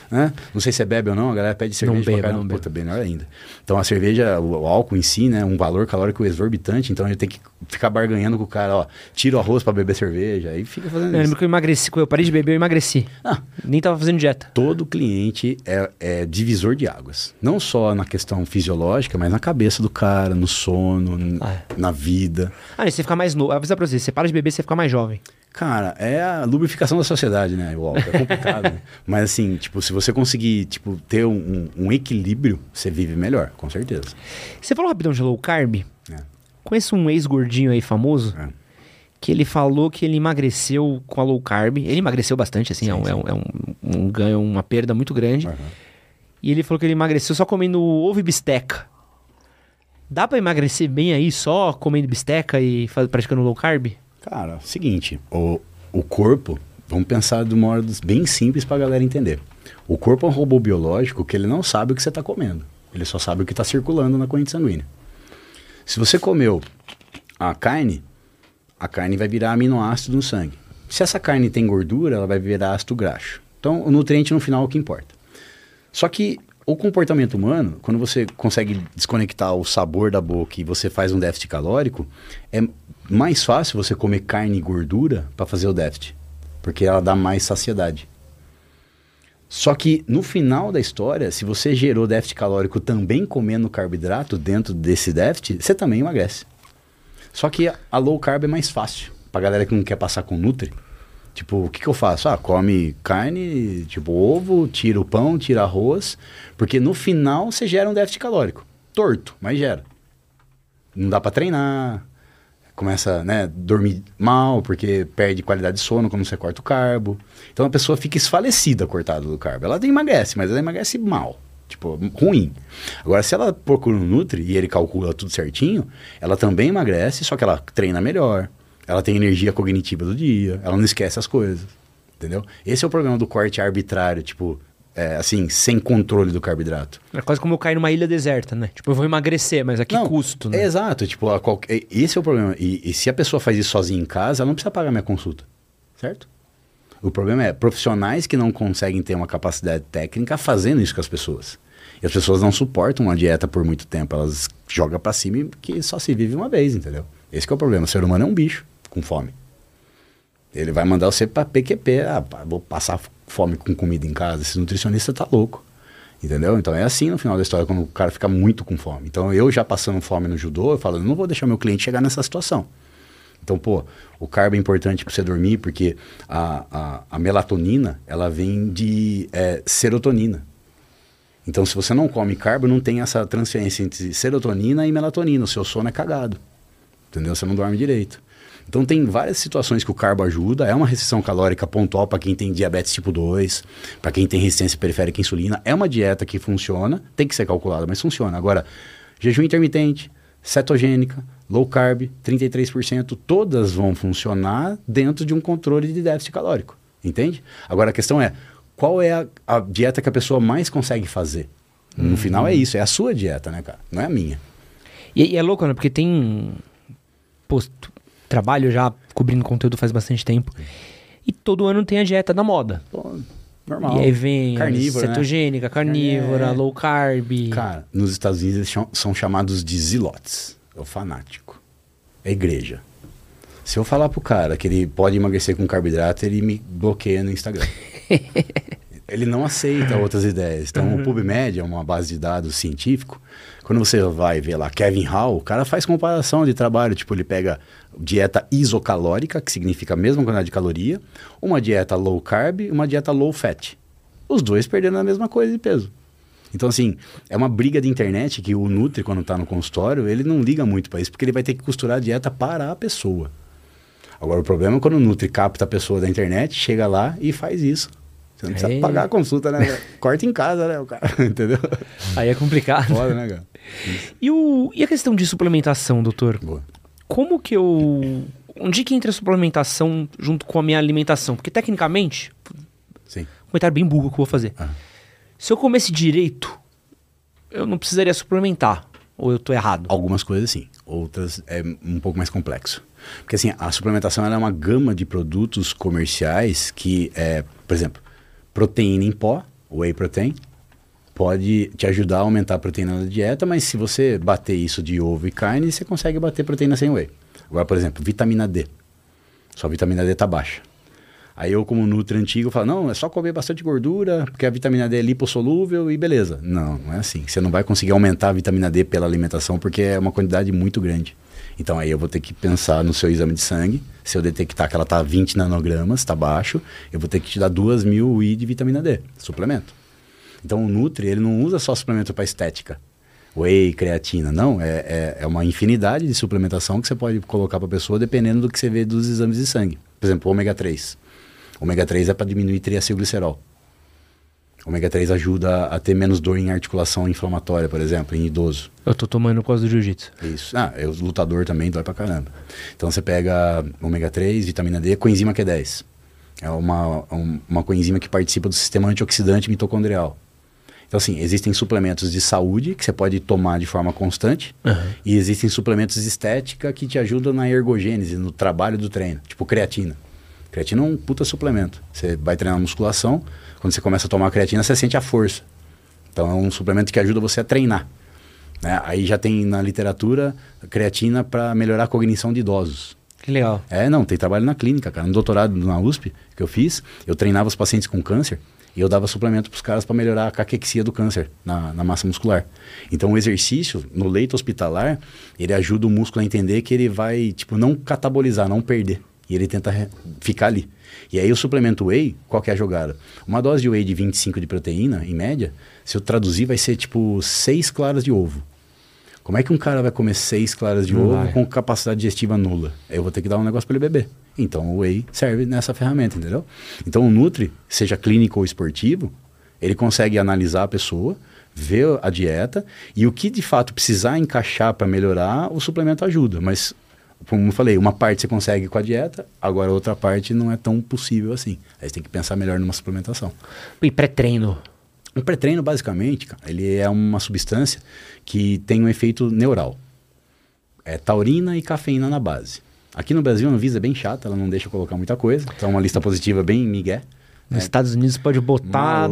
S4: né? Não sei se você bebe ou não, a galera pede cerveja pra caramba. Puta, bem melhor ainda. Então a cerveja, o álcool em si, né? Um valor calórico exorbitante, então a gente tem que ficar barganhando com o cara, ó, tira o arroz pra beber cerveja, aí fica fazendo
S3: Eu
S4: isso.
S3: lembro que eu emagreci, quando eu parei de beber, eu emagreci. Nem tava fazendo dieta.
S4: Todo cliente é divisor de águas. Não só na questão fisiológica, mas na cabeça do cara, no sono, na vida.
S3: E você fica mais novo. Eu vou avisar pra você para de beber, você fica mais jovem.
S4: Cara, é a lubrificação da sociedade, né? O álcool é complicado, né? Mas assim, tipo, se você conseguir, tipo, ter um equilíbrio, você vive melhor, com certeza.
S3: Você falou rapidão de low carb. Conheço um ex-gordinho aí famoso, que ele falou que ele emagreceu com a low carb. Ele emagreceu bastante, assim, é um ganho, uma perda muito grande. E ele falou que ele emagreceu só comendo ovo e bisteca. Dá pra emagrecer bem aí só comendo bisteca e praticando low carb?
S4: Cara, seguinte, o corpo, vamos pensar de um modo bem simples pra galera entender. O corpo é um robô biológico que ele não sabe o que você tá comendo. Ele só sabe o que tá circulando na corrente sanguínea. Se você comeu a carne vai virar aminoácido no sangue. Se essa carne tem gordura, ela vai virar ácido graxo. Então, o nutriente no final é o que importa. Só que o comportamento humano, quando você consegue desconectar o sabor da boca e você faz um déficit calórico, é mais fácil você comer carne e gordura para fazer o déficit, porque ela dá mais saciedade. Só que no final da história, se você gerou déficit calórico também comendo carboidrato dentro desse déficit, você também emagrece. Só que a low carb é mais fácil, pra galera que não quer passar com nutri. Tipo, o que eu faço? Come carne, tipo ovo, tira o pão, tira arroz, porque no final você gera um déficit calórico. Torto, mas gera. Não dá pra treinar, começa, né, dormir mal, porque perde qualidade de sono quando você corta o carbo. Então a pessoa fica esfalecida cortada do carbo. Ela emagrece, mas ela emagrece mal, tipo, ruim. Agora, se ela procura um nutri e ele calcula tudo certinho, ela também emagrece, só que ela treina melhor. Ela tem energia cognitiva do dia, ela não esquece as coisas, entendeu? Esse é o problema do corte arbitrário, tipo, assim, sem controle do carboidrato.
S3: É quase como eu cair numa ilha deserta, né? Tipo, eu vou emagrecer, mas a que custo, né?
S4: Exato, tipo, esse é o problema. E se a pessoa faz isso sozinha em casa, ela não precisa pagar minha consulta, certo? O problema é profissionais que não conseguem ter uma capacidade técnica fazendo isso com as pessoas. E as pessoas não suportam uma dieta por muito tempo, elas jogam pra cima e que só se vive uma vez, entendeu? Esse que é o problema, o ser humano é um bicho com fome. Ele vai mandar você pra PQP, vou passar fome com comida em casa, esse nutricionista tá louco, entendeu? Então é assim no final da história, quando o cara fica muito com fome. Então eu já passando fome no judô, eu falo, não vou deixar meu cliente chegar nessa situação. Então, pô, o carbo é importante pra você dormir, porque a melatonina, ela vem de serotonina. Então, se você não come carbo, não tem essa transferência entre serotonina e melatonina, o seu sono é cagado, entendeu? Você não dorme direito. Então tem várias situações que o carbo ajuda, é uma restrição calórica pontual para quem tem diabetes tipo 2, para quem tem resistência periférica à insulina, é uma dieta que funciona, tem que ser calculada, mas funciona. Agora, jejum intermitente, cetogênica, low carb, 33%, todas vão funcionar dentro de um controle de déficit calórico, entende? Agora a questão é, qual é a dieta que a pessoa mais consegue fazer? No final é isso, é a sua dieta, né, cara? Não é a minha.
S3: E é louco, né? Porque tem... trabalho já cobrindo conteúdo faz bastante tempo. E todo ano tem a dieta da moda.
S4: Pô, normal.
S3: E aí vem
S4: carnívora,
S3: cetogênica, carnívora, low carb.
S4: Cara, nos Estados Unidos eles são chamados de zilotes. É o fanático. É igreja. Se eu falar pro cara que ele pode emagrecer com carboidrato, ele me bloqueia no Instagram. Ele não aceita outras ideias. Então, o PubMed é uma base de dados científico. Quando você vai ver lá Kevin Hall, o cara faz comparação de trabalho. Tipo, ele pega dieta isocalórica, que significa a mesma quantidade de caloria, uma dieta low carb e uma dieta low fat. Os dois perdendo a mesma coisa de peso. Então, assim, é uma briga de internet que o Nutri, quando tá no consultório, ele não liga muito para isso, porque ele vai ter que costurar a dieta para a pessoa. Agora, o problema é quando o Nutri capta a pessoa da internet, chega lá e faz isso. Você não precisa pagar a consulta, né? Corta em casa, né, o cara, entendeu?
S3: Aí é complicado.
S4: Foda, né, cara?
S3: E a questão de suplementação, doutor?
S4: Boa.
S3: Como que eu... Onde que entra a suplementação junto com a minha alimentação? Porque, tecnicamente...
S4: Sim.
S3: Um comentário bem burro que eu vou fazer. Se eu comesse direito, eu não precisaria suplementar. Ou eu tô errado?
S4: Algumas coisas sim. Outras é um pouco mais complexo. Porque, assim, a suplementação ela é uma gama de produtos comerciais que, por exemplo... proteína em pó, O Whey Protein pode te ajudar a aumentar a proteína da dieta, mas se você bater isso de ovo e carne, você consegue bater proteína sem whey. Agora, por exemplo, vitamina D. Sua vitamina D está baixa. Aí eu, como nutri antigo, falo, não, é só comer bastante gordura, porque a vitamina D é lipossolúvel e beleza. Não, não é assim. Você não vai conseguir aumentar a vitamina D pela alimentação, porque é uma quantidade muito grande. Então aí eu vou ter que pensar no seu exame de sangue. Se eu detectar que ela está 20 nanogramas, está baixo, eu vou ter que te dar 2.000 UI de vitamina D, suplemento. Então o Nutri, ele não usa só suplemento para estética. Whey, creatina, não. É uma infinidade de suplementação que você pode colocar para a pessoa dependendo do que você vê dos exames de sangue. Por exemplo, ômega 3. Ômega 3 é para diminuir triacilglicerol. Ômega 3 ajuda a ter menos dor em articulação inflamatória, por exemplo, em idoso.
S3: Eu tô tomando por causa do jiu-jitsu.
S4: Isso. O lutador também dói pra caramba. Então você pega ômega 3, vitamina D, coenzima Q10. É uma coenzima que participa do sistema antioxidante mitocondrial. Então, assim, existem suplementos de saúde que você pode tomar de forma constante. E existem suplementos de estética que te ajudam na ergogênese, no trabalho do treino. Tipo creatina. Creatina é um puta suplemento. Você vai treinar musculação, quando você começa a tomar creatina, você sente a força. Então, é um suplemento que ajuda você a treinar. Né? Aí já tem na literatura creatina para melhorar a cognição de idosos.
S3: Que legal.
S4: Tem trabalho na clínica, cara. No doutorado na USP que eu fiz, eu treinava os pacientes com câncer e eu dava suplemento para os caras para melhorar a caquexia do câncer na massa muscular. Então o exercício no leito hospitalar, ele ajuda o músculo a entender que ele vai, não catabolizar, não perder. E ele tenta ficar ali. E aí o suplemento whey, qual que é a jogada? Uma dose de whey de 25 de proteína, em média, se eu traduzir vai ser 6 claras de ovo. Como é que um cara vai comer 6 claras de ovo com capacidade digestiva nula? Eu vou ter que dar um negócio para ele beber. Então o whey serve nessa ferramenta, entendeu? Então o Nutri, seja clínico ou esportivo, ele consegue analisar a pessoa, ver a dieta e o que de fato precisar encaixar para melhorar, o suplemento ajuda. Mas, como eu falei, uma parte você consegue com a dieta, agora a outra parte não é tão possível assim. Aí você tem que pensar melhor numa suplementação.
S3: E pré-treino?
S4: Um pré-treino, basicamente, cara, ele é uma substância que tem um efeito neural. É taurina e cafeína na base. Aqui no Brasil a Anvisa é bem chata, ela não deixa eu colocar muita coisa. Então é uma lista positiva bem migué.
S3: Nos Estados Unidos pode botar...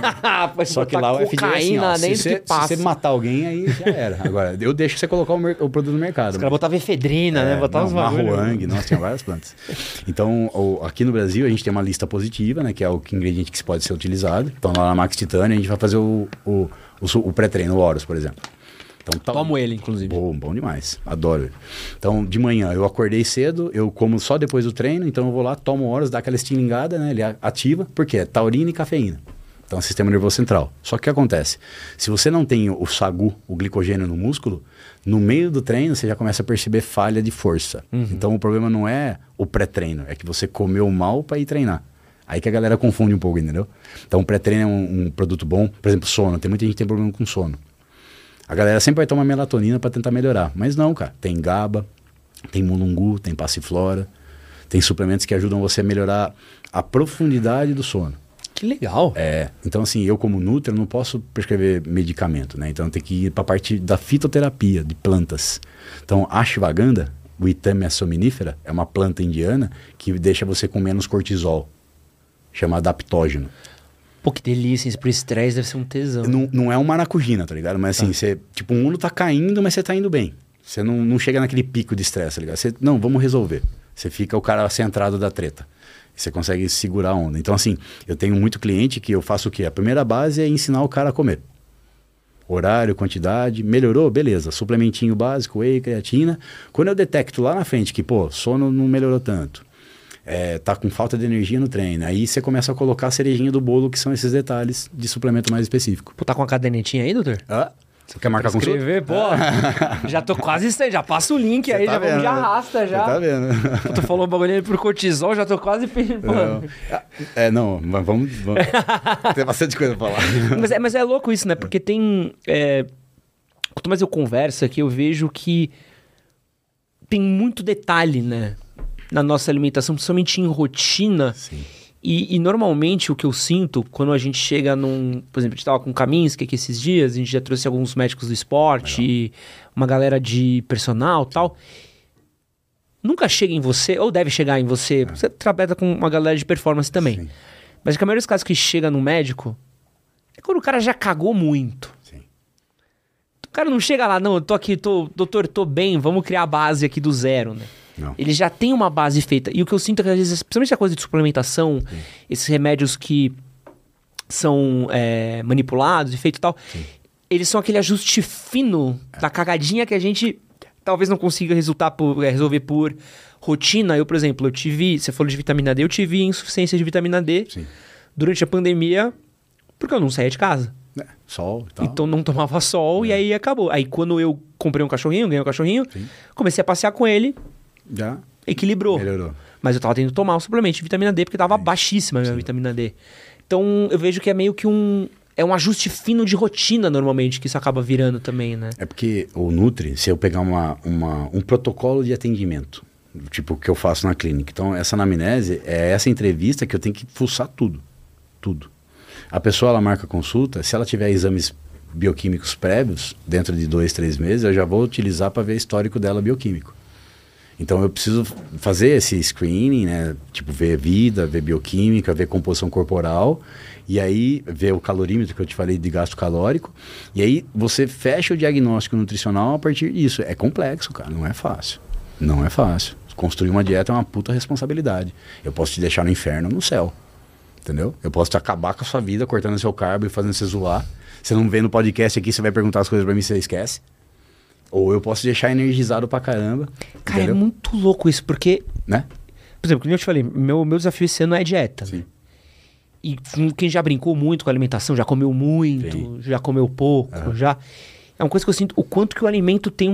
S4: Só que lá o FDA é assim, ó, se você matar alguém, aí já era. Agora, eu deixo você colocar o produto no mercado.
S3: Os caras botavam efedrina, né? Botavam uns bagulho.
S4: Marroang, nossa, tinha várias plantas. Então, aqui no Brasil, a gente tem uma lista positiva, né? Que é o ingrediente que pode ser utilizado. Então, lá na Max Titânia, a gente vai fazer o pré-treino, o Horus, por exemplo. Então,
S3: tomo ele, inclusive.
S4: Bom demais. Adoro ele. Então, de manhã, eu acordei cedo, eu como só depois do treino, então eu vou lá, tomo horas, dá aquela estilingada, né? Ele ativa, porque é taurina e cafeína. Então, é sistema nervoso central. Só que o que acontece? Se você não tem o SAGU, o glicogênio no músculo, no meio do treino, você já começa a perceber falha de força. Então, o problema não é o pré-treino, é que você comeu mal para ir treinar. Aí que a galera confunde um pouco, entendeu? Então, o pré-treino é um produto bom. Por exemplo, sono. Tem muita gente que tem problema com sono. A galera sempre vai tomar melatonina para tentar melhorar. Mas não, cara. Tem GABA, tem mulungu, tem passiflora. Tem suplementos que ajudam você a melhorar a profundidade do sono.
S3: Que legal.
S4: Então assim, eu como Nutri, eu não posso prescrever medicamento, né? Então eu tenho que ir para a parte da fitoterapia, de plantas. Então a ashwagandha, o Itamia sominífera, é uma planta indiana que deixa você com menos cortisol. Chama adaptógeno.
S3: Pô, que delícia, isso pro estresse deve ser um tesão.
S4: Não é um maracujina, tá ligado? Mas assim, você, o mundo tá caindo, mas você tá indo bem. Você não chega naquele pico de estresse, tá ligado? Não, vamos resolver. Você fica o cara centrado da treta. Você consegue segurar a onda. Então assim, eu tenho muito cliente que eu faço o quê? A primeira base é ensinar o cara a comer. Horário, quantidade, melhorou? Beleza. Suplementinho básico, whey, creatina. Quando eu detecto lá na frente que, sono não melhorou tanto. Tá com falta de energia no treino. Aí você começa a colocar a cerejinha do bolo, que são esses detalhes de suplemento mais específico.
S3: Pô, tá com a cadernetinha aí, doutor?
S4: Você quer marcar consulta?
S3: Escrever, pô. Já tô quase... Já passa o link cê aí, tá já arrasta já.
S4: Você tá vendo.
S3: Pô, tu falou um bagulho aí por cortisol, já tô quase...
S4: Mas vamos... Tem bastante coisa pra falar.
S3: Mas é louco isso, né? Porque tem... Quanto mais eu converso aqui, eu vejo que tem muito detalhe, né? Na nossa alimentação, principalmente em rotina.
S4: Sim.
S3: E normalmente o que eu sinto quando a gente chega num... Por exemplo, a gente tava com o Kaminsky aqui esses dias, a gente já trouxe alguns médicos do esporte, uma galera de personal e tal. Nunca chega em você, ou deve chegar em você, você trabalha com uma galera de performance também.
S4: Sim.
S3: Mas a maioria dos casos que chega no médico é quando o cara já cagou muito.
S4: Sim.
S3: O cara não chega lá, não, eu tô aqui, doutor, tô bem, vamos criar a base aqui do zero, né?
S4: Não.
S3: Ele já tem uma base feita. E o que eu sinto é que às vezes, principalmente a coisa de suplementação, esses remédios que são manipulados e feito e tal, eles são aquele ajuste fino da cagadinha que a gente talvez não consiga resolver por rotina. Eu, por exemplo, você falou de vitamina D, eu tive insuficiência de vitamina D durante a pandemia porque eu não saía de casa.
S4: Sol e tal.
S3: Então não tomava sol e aí acabou. Aí quando eu comprei um cachorrinho, ganhei um cachorrinho, comecei a passear com ele,
S4: Já
S3: equilibrou.
S4: melhorou.
S3: Mas eu tava tendo que tomar um suplemento de vitamina D porque tava baixíssima a minha vitamina D. Então eu vejo que é meio que um ajuste fino de rotina normalmente que isso acaba virando também, né?
S4: É porque o Nutri, se eu pegar um protocolo de atendimento, tipo o que eu faço na clínica. Então essa anamnese é essa entrevista que eu tenho que fuçar tudo. Tudo. A pessoa, ela marca consulta, se ela tiver exames bioquímicos prévios, dentro de 2, 3 meses, eu já vou utilizar para ver o histórico dela bioquímico. Então eu preciso fazer esse screening, né? Tipo, ver vida, ver bioquímica, ver composição corporal, e aí ver o calorímetro que eu te falei de gasto calórico, e aí você fecha o diagnóstico nutricional a partir disso. É complexo, cara, não é fácil. Não é fácil. Construir uma dieta é uma puta responsabilidade. Eu posso te deixar no inferno ou no céu. Entendeu? Eu posso te acabar com a sua vida, cortando seu carbo e fazendo você zoar. Você não vê no podcast aqui, você vai perguntar as coisas pra mim, você esquece. Ou eu posso te deixar energizado pra caramba.
S3: Cara,
S4: entendeu?
S3: é muito louco isso, porque...
S4: Né?
S3: Por exemplo, como eu te falei, meu desafio esse ano é dieta.
S4: Sim.
S3: Né? E quem já brincou muito com a alimentação, já comeu muito, já comeu pouco, já... É uma coisa que eu sinto, o quanto que o alimento tem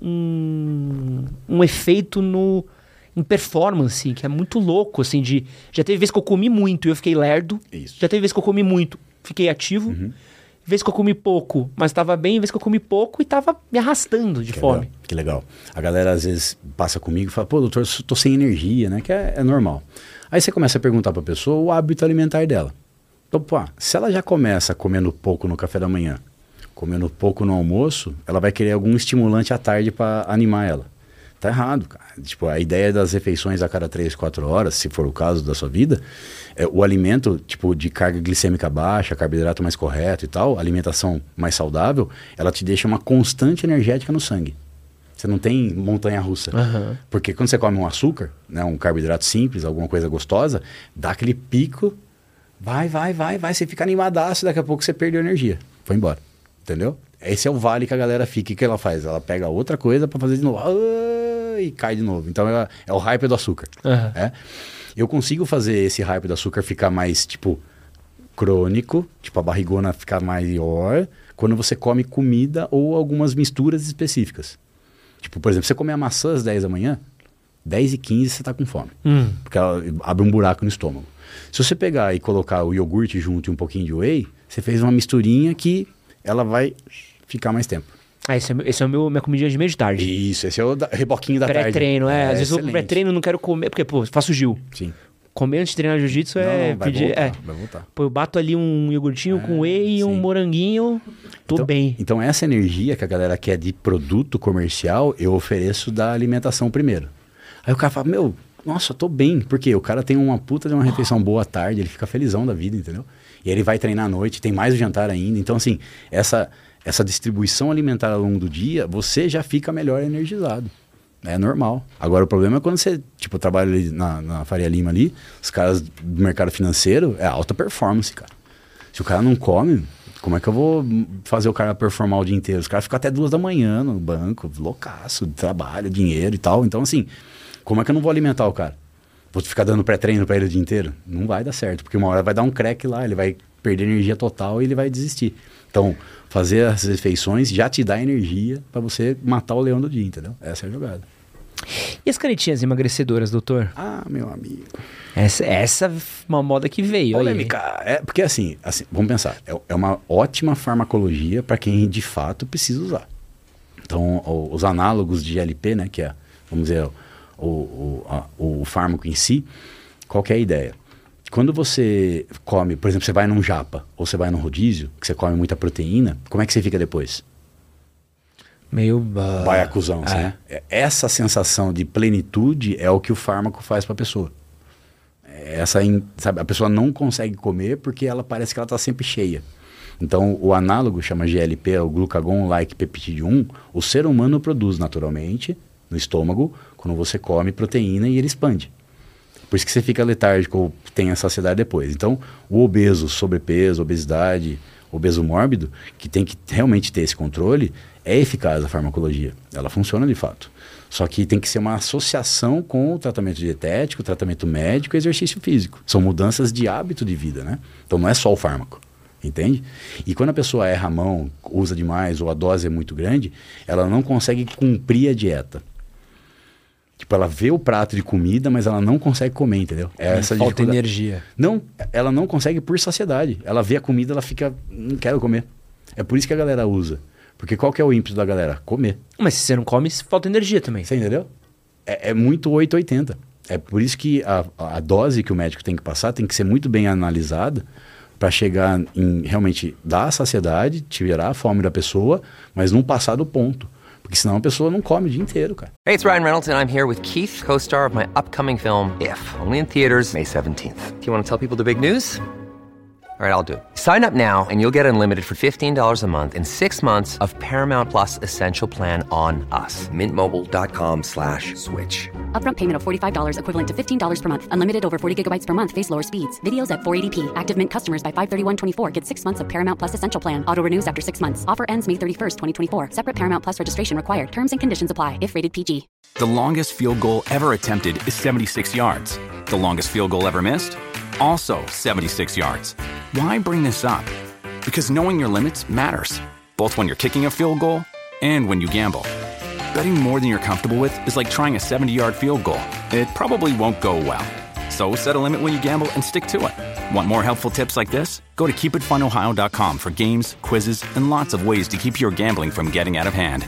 S3: um efeito em performance, que é muito louco, assim, já teve vezes que eu comi muito e eu fiquei lerdo.
S4: Isso.
S3: Já teve vezes que eu comi muito, fiquei ativo. Vezes que eu comi pouco, mas estava bem. Vezes que eu comi pouco e estava me arrastando de fome.
S4: Legal, que legal. A galera às vezes passa comigo e fala, pô, doutor, tô sem energia, né? Que é normal. Aí você começa a perguntar pra pessoa o hábito alimentar dela. Então, pô, se ela já começa comendo pouco no café da manhã, comendo pouco no almoço, ela vai querer algum estimulante à tarde para animar ela. Tá errado, cara. Tipo, a ideia das refeições a cada 3, 4 horas, se for o caso da sua vida, o alimento, tipo, de carga glicêmica baixa, carboidrato mais correto e tal, alimentação mais saudável, ela te deixa uma constante energética no sangue. Você não tem montanha-russa. Porque quando você come um açúcar, né, um carboidrato simples, alguma coisa gostosa, dá aquele pico, vai, você fica animadaço, daqui a pouco você perdeu energia. Foi embora. Entendeu? Esse é o vale que a galera fica. O que ela faz? Ela pega outra coisa pra fazer de novo. E cai de novo. Então é o hype do açúcar. Eu consigo fazer esse hype do açúcar ficar mais, tipo, crônico. Tipo, a barrigona ficar maior quando você come comida ou algumas misturas específicas. Tipo, por exemplo, você comer a maçã às 10 da manhã, 10h15 você tá com fome. Porque ela abre um buraco no estômago. Se você pegar e colocar o iogurte junto e um pouquinho de whey, você fez uma misturinha que ela vai ficar mais tempo.
S3: Esse é minha comidinha de meio de tarde.
S4: Isso, esse é o reboquinho da tarde.
S3: Pré-treino, às vezes
S4: excelente.
S3: o pré-treino não quero comer, porque, pô, faço Gil.
S4: Sim.
S3: Comer antes de treinar jiu-jitsu
S4: vai
S3: pedir...
S4: voltar, vai voltar.
S3: Pô, eu bato ali um iogurtinho com whey e um moranguinho, tô bem.
S4: Então essa energia que a galera quer de produto comercial, eu ofereço da alimentação primeiro. Aí o cara fala, nossa, tô bem. Porque o cara tem uma puta de uma refeição boa à tarde, ele fica felizão da vida, entendeu? E ele vai treinar à noite, tem mais o jantar ainda. Então, assim, essa distribuição alimentar ao longo do dia, você já fica melhor energizado. É normal. Agora, o problema é quando você, tipo, trabalha ali na Faria Lima ali, os caras do mercado financeiro, é alta performance, cara. Se o cara não come, como é que eu vou fazer o cara performar o dia inteiro? Os caras ficam até 2 da manhã no banco, loucaço, trabalho, dinheiro e tal. Então, assim, como é que eu não vou alimentar o cara? Vou ficar dando pré-treino pra ele o dia inteiro? Não vai dar certo, porque uma hora vai dar um crack lá, ele vai perder energia total e ele vai desistir. Então, fazer as refeições já te dá energia pra você matar o leão do dia, entendeu? Essa é a jogada.
S3: E as canetinhas emagrecedoras, doutor?
S4: Ah, meu amigo.
S3: Essa é uma moda que veio.
S4: Polêmica. Porque assim, vamos pensar. É uma ótima farmacologia para quem de fato precisa usar. Então, os análogos de GLP, né, que é, vamos dizer, o fármaco em si, qual que é a ideia? Quando você come, por exemplo, você vai num japa ou você vai num rodízio, que você come muita proteína, como é que você fica depois?
S3: Meio...
S4: Baiacuzão, né? Essa sensação de plenitude é o que o fármaco faz para a pessoa. Sabe, a pessoa não consegue comer porque ela parece que ela está sempre cheia. Então, o análogo chama GLP, o glucagon-like peptídeo 1, o ser humano produz naturalmente no estômago, quando você come proteína e ele expande. Por isso que você fica letárgico ou tem a saciedade depois. Então, o obeso, sobrepeso, obesidade, obeso mórbido, que tem que realmente ter esse controle, é eficaz a farmacologia. Ela funciona de fato. Só que tem que ser uma associação com o tratamento dietético, tratamento médico e exercício físico. São mudanças de hábito de vida, né? Então não é só o fármaco, entende? E quando a pessoa erra a mão, usa demais ou a dose é muito grande, ela não consegue cumprir a dieta. Tipo, ela vê o prato de comida, mas ela não consegue comer, entendeu? Essa
S3: falta energia.
S4: Não, ela não consegue por saciedade. Ela vê a comida, ela fica, não quero comer. É por isso que a galera usa. Porque qual que é o ímpeto da galera? Comer.
S3: Mas se você não come, falta energia também.
S4: Você entendeu? É muito 880. É por isso que a dose que o médico tem que passar tem que ser muito bem analisada para chegar em realmente dar a saciedade, tirar a fome da pessoa, mas não passar do ponto. Porque senão a pessoa não come o dia inteiro, cara.
S8: Hey, it's Ryan Reynolds, and I'm here with Keith, co-star of my upcoming film, If, only in theaters May 17th. Do you want to tell people the big news? All right, I'll do it. Sign up now and you'll get unlimited for $15 a month and 6 months of Paramount Plus Essential Plan on us.
S9: MintMobile.com/switch.
S10: Upfront payment of $45 equivalent to $15 per month. Unlimited over 40 gigabytes per month. Face lower speeds. Videos at 480p. Active Mint customers by 531.24 get 6 months of Paramount Plus Essential Plan. Auto renews after 6 months. Offer ends May 31st, 2024. Separate Paramount Plus registration required. Terms and conditions apply if rated PG.
S11: The longest field goal ever attempted is 76 yards. The longest field goal ever missed? Also 76 yards. Why bring this up? Because knowing your limits matters, both when you're kicking a field goal and when you gamble. Betting more than you're comfortable with is like trying a 70-yard field goal. It probably won't go well. So set a limit when you gamble and stick to it. Want more helpful tips like this? Go to keepitfunohio.com for games, quizzes, and lots of ways to keep your gambling from getting out of hand.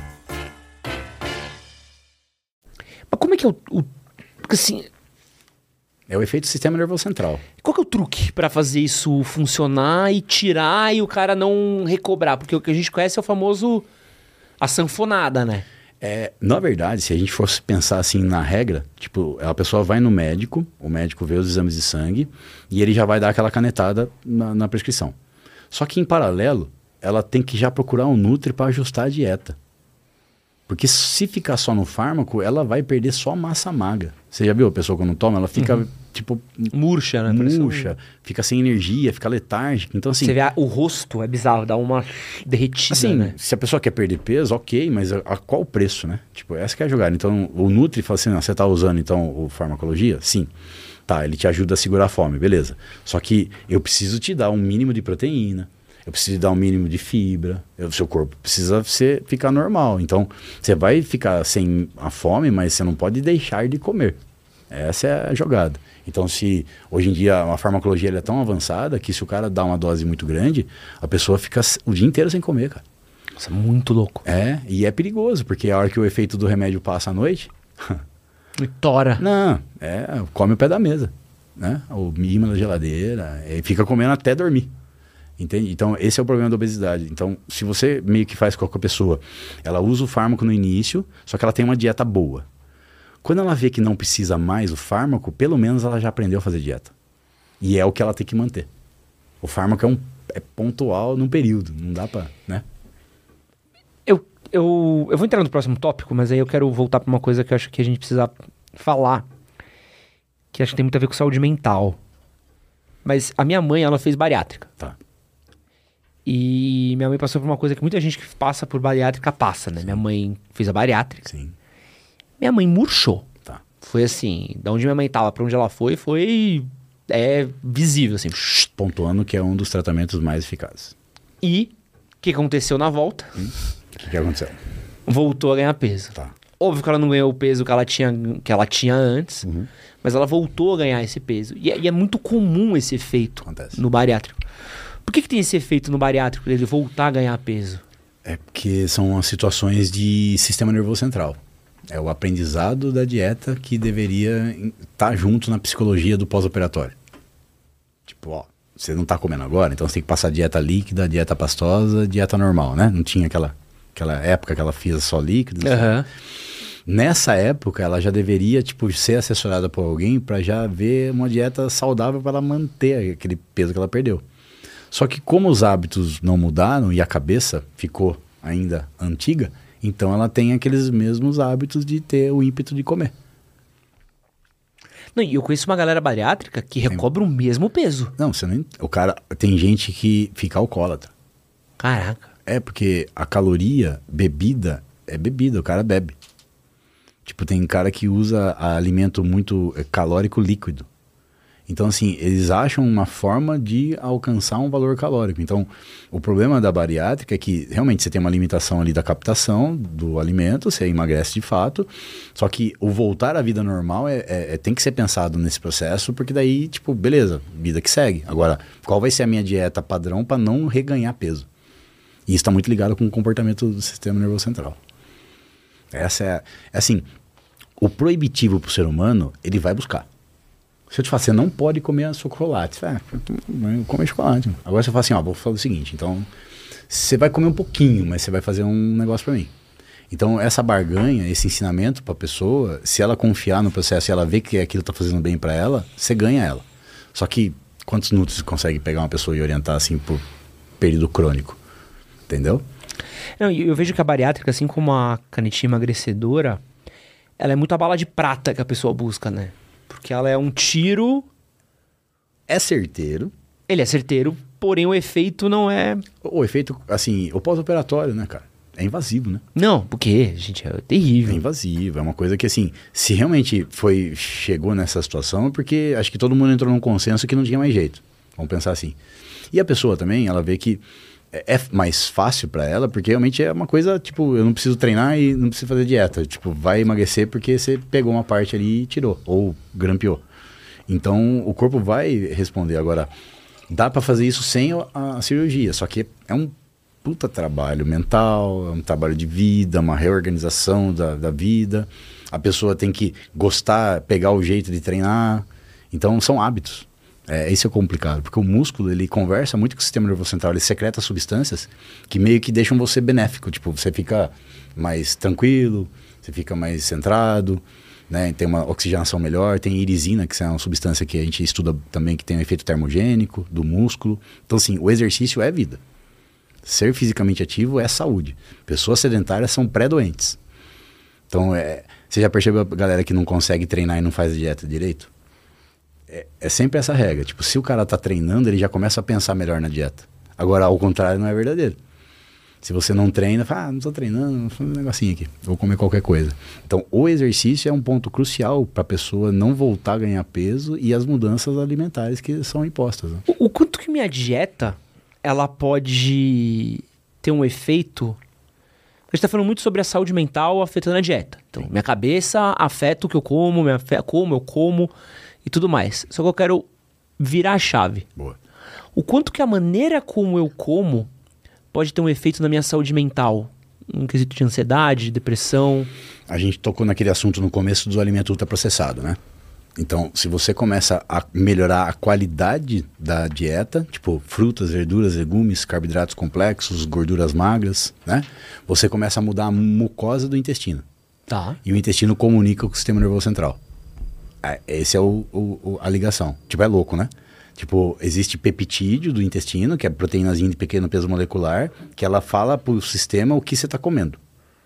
S3: Mas como é que é porque assim...
S4: É o efeito do sistema nervoso central.
S3: Qual que é o truque pra fazer isso funcionar e tirar e o cara não recobrar? Porque o que a gente conhece é o famoso... a sanfonada, né?
S4: Na verdade, se a gente fosse pensar assim na regra, tipo, a pessoa vai no médico, o médico vê os exames de sangue e ele já vai dar aquela canetada na prescrição. Só que em paralelo, ela tem que já procurar um nutri para ajustar a dieta. Porque se ficar só no fármaco, ela vai perder só massa magra. Você já viu a pessoa quando toma? Ela fica, tipo...
S3: murcha, né?
S4: Murcha, fica sem energia, fica letárgica. Então, assim...
S3: Você vê o rosto, é bizarro, dá uma derretida,
S4: assim,
S3: né?
S4: Se a pessoa quer perder peso, ok, mas a qual preço, né? Tipo, essa que é a jogada. Então, o Nutri fala assim, você tá usando, então, o farmacologia? Sim. Tá, ele te ajuda a segurar a fome, beleza. Só que eu preciso te dar um mínimo de proteína, eu preciso dar um mínimo de fibra, o seu corpo precisa ficar normal. Então, você vai ficar sem a fome, mas você não pode deixar de comer. Essa é a jogada. Então, se hoje em dia a farmacologia é tão avançada que se o cara dá uma dose muito grande, a pessoa fica o dia inteiro sem comer, cara.
S3: Nossa, muito louco.
S4: E é perigoso, porque a hora que o efeito do remédio passa à noite...
S3: E tora.
S4: Não, come o pé da mesa, né? Ou mima na geladeira, e fica comendo até dormir. Entende? Então, esse é o problema da obesidade. Então, se você meio que faz com a pessoa, ela usa o fármaco no início, só que ela tem uma dieta boa. Quando ela vê que não precisa mais o fármaco, pelo menos ela já aprendeu a fazer dieta. E é o que ela tem que manter. O fármaco é pontual num período, não dá pra, né?
S3: Eu vou entrar no próximo tópico, mas aí eu quero voltar pra uma coisa que eu acho que a gente precisa falar, que acho que tem muito a ver com saúde mental. Mas a minha mãe, ela fez bariátrica.
S4: Tá.
S3: E minha mãe passou por uma coisa que muita gente que passa por bariátrica passa, né? Sim. Minha mãe fez a bariátrica.
S4: Sim.
S3: Minha mãe murchou.
S4: Tá.
S3: Foi assim, da onde minha mãe tava pra onde ela foi visível, assim.
S4: Pontuando que é um dos tratamentos mais eficazes.
S3: E o que aconteceu na volta?
S4: O que aconteceu?
S3: Voltou a ganhar peso.
S4: Tá.
S3: Óbvio que ela não ganhou o peso que ela tinha antes, mas ela voltou a ganhar esse peso. E é muito comum esse efeito no bariátrico. Por que tem esse efeito no bariátrico dele voltar a ganhar peso? É
S4: porque são as situações de sistema nervoso central. É o aprendizado da dieta que deveria estar junto na psicologia do pós-operatório. Tipo, você não está comendo agora, então você tem que passar dieta líquida, dieta pastosa, dieta normal, né? Não tinha aquela época que ela fez só líquido. Nessa época, ela já deveria, ser assessorada por alguém para já ver uma dieta saudável para ela manter aquele peso que ela perdeu. Só que como os hábitos não mudaram e a cabeça ficou ainda antiga, então ela tem aqueles mesmos hábitos de ter o ímpeto de comer.
S3: Não, e eu conheço uma galera bariátrica que recobra o mesmo peso.
S4: Não, você nem... O cara... Tem gente que fica alcoólatra.
S3: Caraca.
S4: É, porque a caloria, bebida, é bebida, o cara bebe. Tipo, tem cara que usa alimento muito calórico líquido. Então, assim, eles acham uma forma de alcançar um valor calórico. Então, o problema da bariátrica é que, realmente, você tem uma limitação ali da captação do alimento, você emagrece de fato, só que o voltar à vida normal tem que ser pensado nesse processo, porque daí, tipo, beleza, vida que segue. Agora, qual vai ser a minha dieta padrão para não reganhar peso? E isso está muito ligado com o comportamento do sistema nervoso central. Essa é assim, o proibitivo para o ser humano, ele vai buscar. Se eu te falar, você não pode comer chocolate. Você vai comer chocolate. Agora você fala assim, ó, vou falar o seguinte, então, você vai comer um pouquinho, mas você vai fazer um negócio para mim. Então, essa barganha, esse ensinamento para a pessoa, se ela confiar no processo e ela ver que aquilo está fazendo bem para ela, você ganha ela. Só que, quantos nutris você consegue pegar uma pessoa e orientar assim por período crônico? Entendeu?
S3: Não, eu vejo que a bariátrica, assim como a canetinha emagrecedora, ela é muito a bala de prata que a pessoa busca, né? Porque ela é um tiro...
S4: É certeiro.
S3: Ele é certeiro, porém o efeito não é...
S4: O efeito, assim, o pós-operatório, né, cara? É invasivo, né?
S3: Não, porque, gente, é terrível.
S4: É invasivo, é uma coisa que, assim, se realmente chegou nessa situação, é porque acho que todo mundo entrou num consenso que não tinha mais jeito. Vamos pensar assim. E a pessoa também, ela vê que é mais fácil pra ela, porque realmente é uma coisa, tipo, eu não preciso treinar e não preciso fazer dieta. Tipo, vai emagrecer porque você pegou uma parte ali e tirou, ou grampeou. Então, o corpo vai responder. Agora, dá pra fazer isso sem a cirurgia, só que é um puta trabalho mental, é um trabalho de vida, uma reorganização da vida. A pessoa tem que gostar, pegar o jeito de treinar. Então, são hábitos. Isso é complicado, porque o músculo, ele conversa muito com o sistema nervoso central, ele secreta substâncias que meio que deixam você benéfico, tipo, você fica mais tranquilo, você fica mais centrado, né? Tem uma oxigenação melhor, tem irisina, que é uma substância que a gente estuda também, que tem um efeito termogênico do músculo. Então, assim, o exercício é vida. Ser fisicamente ativo é saúde. Pessoas sedentárias são pré-doentes. Então, você já percebeu a galera que não consegue treinar e não faz a dieta direito? É sempre essa regra. Tipo, se o cara tá treinando, ele já começa a pensar melhor na dieta. Agora, ao contrário, não é verdadeiro. Se você não treina, fala, não tô treinando, vou fazer um negocinho aqui, vou comer qualquer coisa. Então, o exercício é um ponto crucial para a pessoa não voltar a ganhar peso e as mudanças alimentares que são impostas. Né?
S3: O quanto que minha dieta, ela pode ter um efeito... A gente tá falando muito sobre a saúde mental afetando a dieta. Então, minha cabeça afeta o que eu como, eu como e tudo mais. Só que eu quero virar a chave.
S4: Boa.
S3: O quanto que a maneira como eu como pode ter um efeito na minha saúde mental? Um quesito de ansiedade, de depressão.
S4: A gente tocou naquele assunto no começo do alimento ultraprocessado, né? Então, se você começa a melhorar a qualidade da dieta, tipo frutas, verduras, legumes, carboidratos complexos, gorduras magras, né? Você começa a mudar a mucosa do intestino.
S3: Tá.
S4: E o intestino comunica com o sistema nervoso central. Esse é a ligação. Tipo, é louco, né? Tipo, existe peptídeo do intestino, que é proteínazinha de pequeno peso molecular, que ela fala pro sistema o que você tá comendo.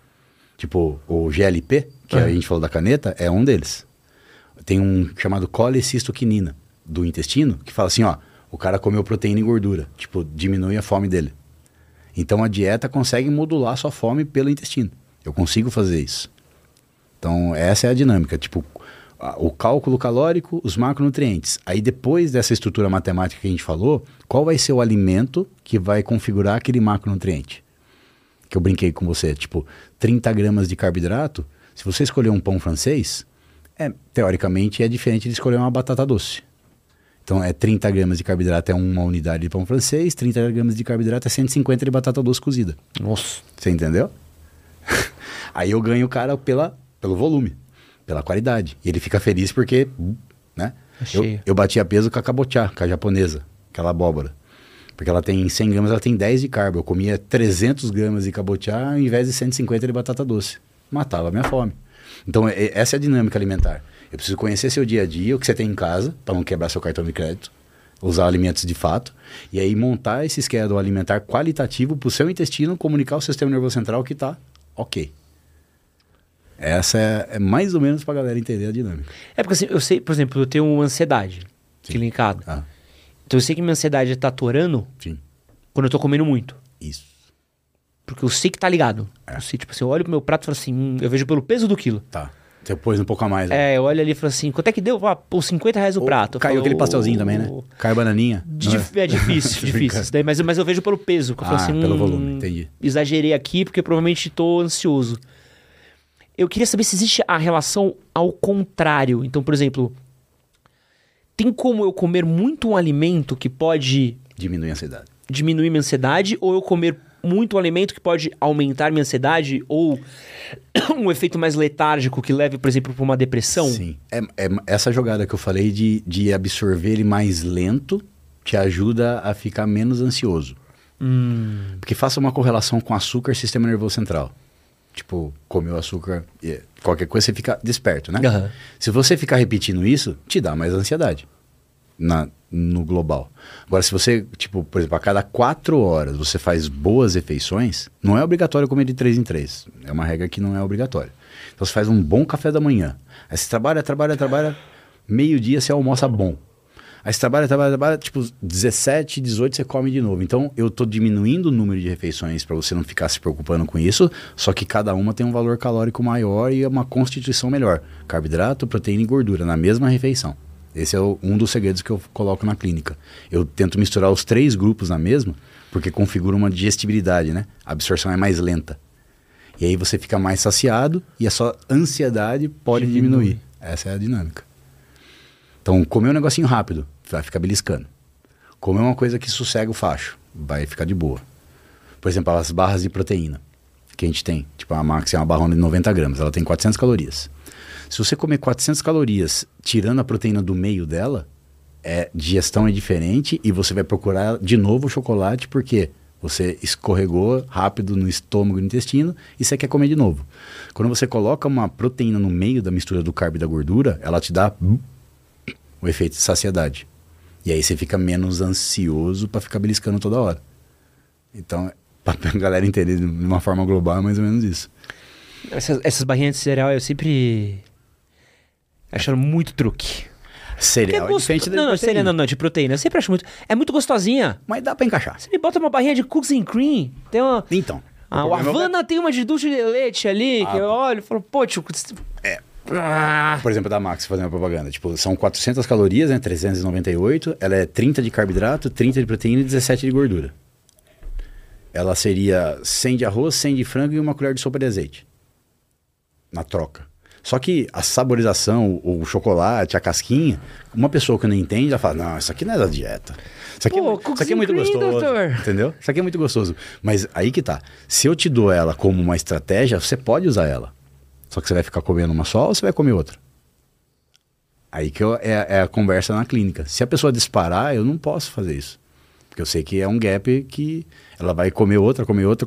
S4: Tipo, o GLP, que a gente falou da caneta, é um deles. Tem um chamado colecistoquinina do intestino, que fala assim, ó, o cara comeu proteína e gordura. Tipo, diminui a fome dele. Então, a dieta consegue modular a sua fome pelo intestino. Eu consigo fazer isso. Então, essa é a dinâmica. Tipo, o cálculo calórico, os macronutrientes. Aí depois dessa estrutura matemática que a gente falou, qual vai ser o alimento que vai configurar aquele macronutriente? Que eu brinquei com você, tipo, 30 gramas de carboidrato, se você escolher um pão francês, teoricamente é diferente de escolher uma batata doce. Então, 30 gramas de carboidrato é uma unidade de pão francês, 30 gramas de carboidrato é 150 de batata doce cozida.
S3: Nossa.
S4: Você entendeu? Aí eu ganho o cara pelo volume. Pela qualidade. E ele fica feliz porque, né? Eu bati a peso com a cabotiá, com a japonesa, aquela abóbora. Porque ela tem 100 gramas, ela tem 10 de carbo. Eu comia 300 gramas de cabotiá ao invés de 150 de batata doce. Matava a minha fome. Então, essa é a dinâmica alimentar. Eu preciso conhecer seu dia a dia, o que você tem em casa, para não quebrar seu cartão de crédito. usar alimentos de fato, e aí montar esse schedule alimentar qualitativo para o seu intestino comunicar ao sistema nervoso central que está ok. Essa é mais ou menos para a galera entender a dinâmica.
S3: É porque assim, eu sei, por exemplo, eu tenho ansiedade clinicada.
S4: Ah,
S3: Então eu sei que minha ansiedade tá atorando
S4: sim.
S3: quando eu tô comendo muito.
S4: Isso.
S3: Porque eu sei que tá ligado. Eu sei, tipo assim, eu olho pro meu prato e falo assim, eu vejo pelo peso do quilo.
S4: Tá. Você pôs um pouco a mais. Né?
S3: Eu olho ali e falo assim, quanto é que deu? Ah, pô, R$50 o prato. Eu
S4: Caiu
S3: falo,
S4: aquele pastelzinho também, né? Caiu bananinha.
S3: É difícil, difícil. Isso daí, mas eu vejo pelo peso. Que eu falo assim,
S4: pelo volume, entendi.
S3: Exagerei aqui porque provavelmente tô ansioso. Eu queria saber se existe a relação ao contrário. Então, por exemplo, tem como eu comer muito um alimento que pode
S4: Diminui a ansiedade.
S3: diminuir minha ansiedade, ou eu comer muito um alimento que pode aumentar minha ansiedade, ou um efeito mais letárgico que leve, por exemplo, para uma depressão?
S4: Sim. É essa jogada que eu falei de absorver ele mais lento te ajuda a ficar menos ansioso. Porque faça uma correlação com açúcar e sistema nervoso central. Tipo, comeu açúcar, qualquer coisa você fica desperto, né?
S3: Uhum.
S4: Se você ficar repetindo isso, te dá mais ansiedade no global. Agora, se você, tipo, por exemplo, a cada 4 horas você faz boas refeições, não é obrigatório comer de 3 em 3. É uma regra que não é obrigatória. Então você faz um bom café da manhã. Aí você trabalha, meio-dia você almoça bom. Aí você trabalha, tipo, 17, 18 você come de novo. Então, eu tô diminuindo o número de refeições para você não ficar se preocupando com isso, só que cada uma tem um valor calórico maior e uma constituição melhor. Carboidrato, proteína e gordura na mesma refeição. Esse é um dos segredos que eu coloco na clínica. Eu tento misturar os 3 grupos na mesma, porque configura uma digestibilidade, né? A absorção é mais lenta. E aí você fica mais saciado e a sua ansiedade pode diminuir. Essa é a dinâmica. Então, comer um negocinho rápido, vai ficar beliscando. Comer uma coisa que sossega o facho, vai ficar de boa. Por exemplo, as barras de proteína que a gente tem. Tipo, a Max é uma barrona de 90 gramas, ela tem 400 calorias. Se você comer 400 calorias, tirando a proteína do meio dela, digestão é diferente e você vai procurar de novo o chocolate porque você escorregou rápido no estômago e no intestino e você quer comer de novo. Quando você coloca uma proteína no meio da mistura do carbo e da gordura, ela te dá o efeito de saciedade. E aí você fica menos ansioso para ficar beliscando toda hora. Então, para a galera entender de uma forma global, é mais ou menos isso.
S3: Essas barrinhas de cereal eu sempre acho muito truque.
S4: Cereal é diferente da
S3: cereal não, de proteína. Eu sempre acho muito... É muito gostosinha.
S4: Mas dá para encaixar.
S3: Você me bota uma barrinha de cookies and cream. Tem uma...
S4: Então.
S3: O Havana tem uma de dulce de leite ali, que eu olho e falo, pô, tio...
S4: Por exemplo, da Max, fazendo uma propaganda. Tipo, são 400 calorias, né? 398. Ela é 30 de carboidrato, 30 de proteína e 17 de gordura. Ela seria 100 de arroz, 100 de frango e uma colher de sopa de azeite. Na troca. Só que a saborização, o chocolate, a casquinha, uma pessoa que não entende, ela fala, não, isso aqui não é da dieta. Isso aqui, isso aqui é muito gostoso. Doutor. Entendeu? Isso aqui é muito gostoso. Mas aí que tá. Se eu te dou ela como uma estratégia, você pode usar ela. Só que você vai ficar comendo uma só ou você vai comer outra? Aí que é a conversa na clínica. Se a pessoa disparar, eu não posso fazer isso. Porque eu sei que é um gap que ela vai comer outra.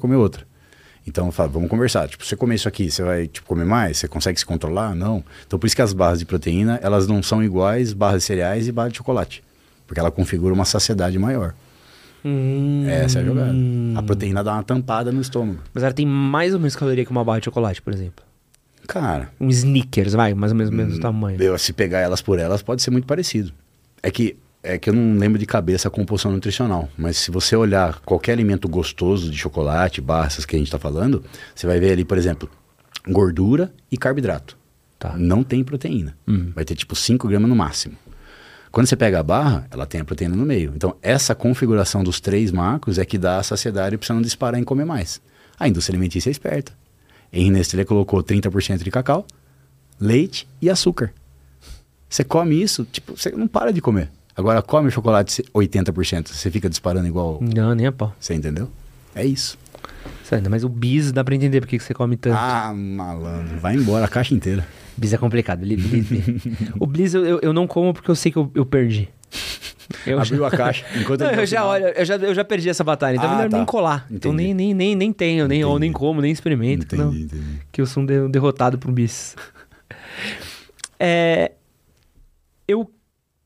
S4: Então eu falo, vamos conversar. Tipo, você comer isso aqui, você vai comer mais? Você consegue se controlar? Não. Então por isso que as barras de proteína, elas não são iguais barras de cereais e barra de chocolate. Porque ela configura uma saciedade maior. Essa é a jogada. A proteína dá uma tampada no estômago.
S3: Mas ela tem mais ou menos caloria que uma barra de chocolate, por exemplo.
S4: Cara...
S3: Um Snickers, vai, mais ou menos o tamanho.
S4: Se pegar elas por elas, pode ser muito parecido. É que eu não lembro de cabeça a composição nutricional. Mas se você olhar qualquer alimento gostoso de chocolate, barras que a gente está falando, você vai ver ali, por exemplo, gordura e carboidrato.
S3: Tá.
S4: Não tem proteína. Vai ter tipo 5 gramas no máximo. Quando você pega a barra, ela tem a proteína no meio. Então, essa configuração dos 3 macros é que dá a saciedade para você não disparar em comer mais. A indústria alimentícia é esperta. Em Nestlé colocou 30% de cacau, leite e açúcar. Você come isso, tipo, você não para de comer. Agora, come o chocolate 80%, você fica disparando igual...
S3: Não, nem a pau.
S4: Você entendeu? É isso.
S3: Ainda mais o bis, dá pra entender por que você come tanto.
S4: Ah, malandro. Vai embora a caixa inteira.
S3: Bis é complicado. O bis eu não como porque eu sei que eu perdi.
S4: Abriu a caixa. Enquanto
S3: eu já perdi essa batalha, então melhor nem colar.
S4: Entendi.
S3: Então nem tenho, nem como, nem experimento.
S4: Entendi.
S3: Que eu sou um derrotado por um bis. Eu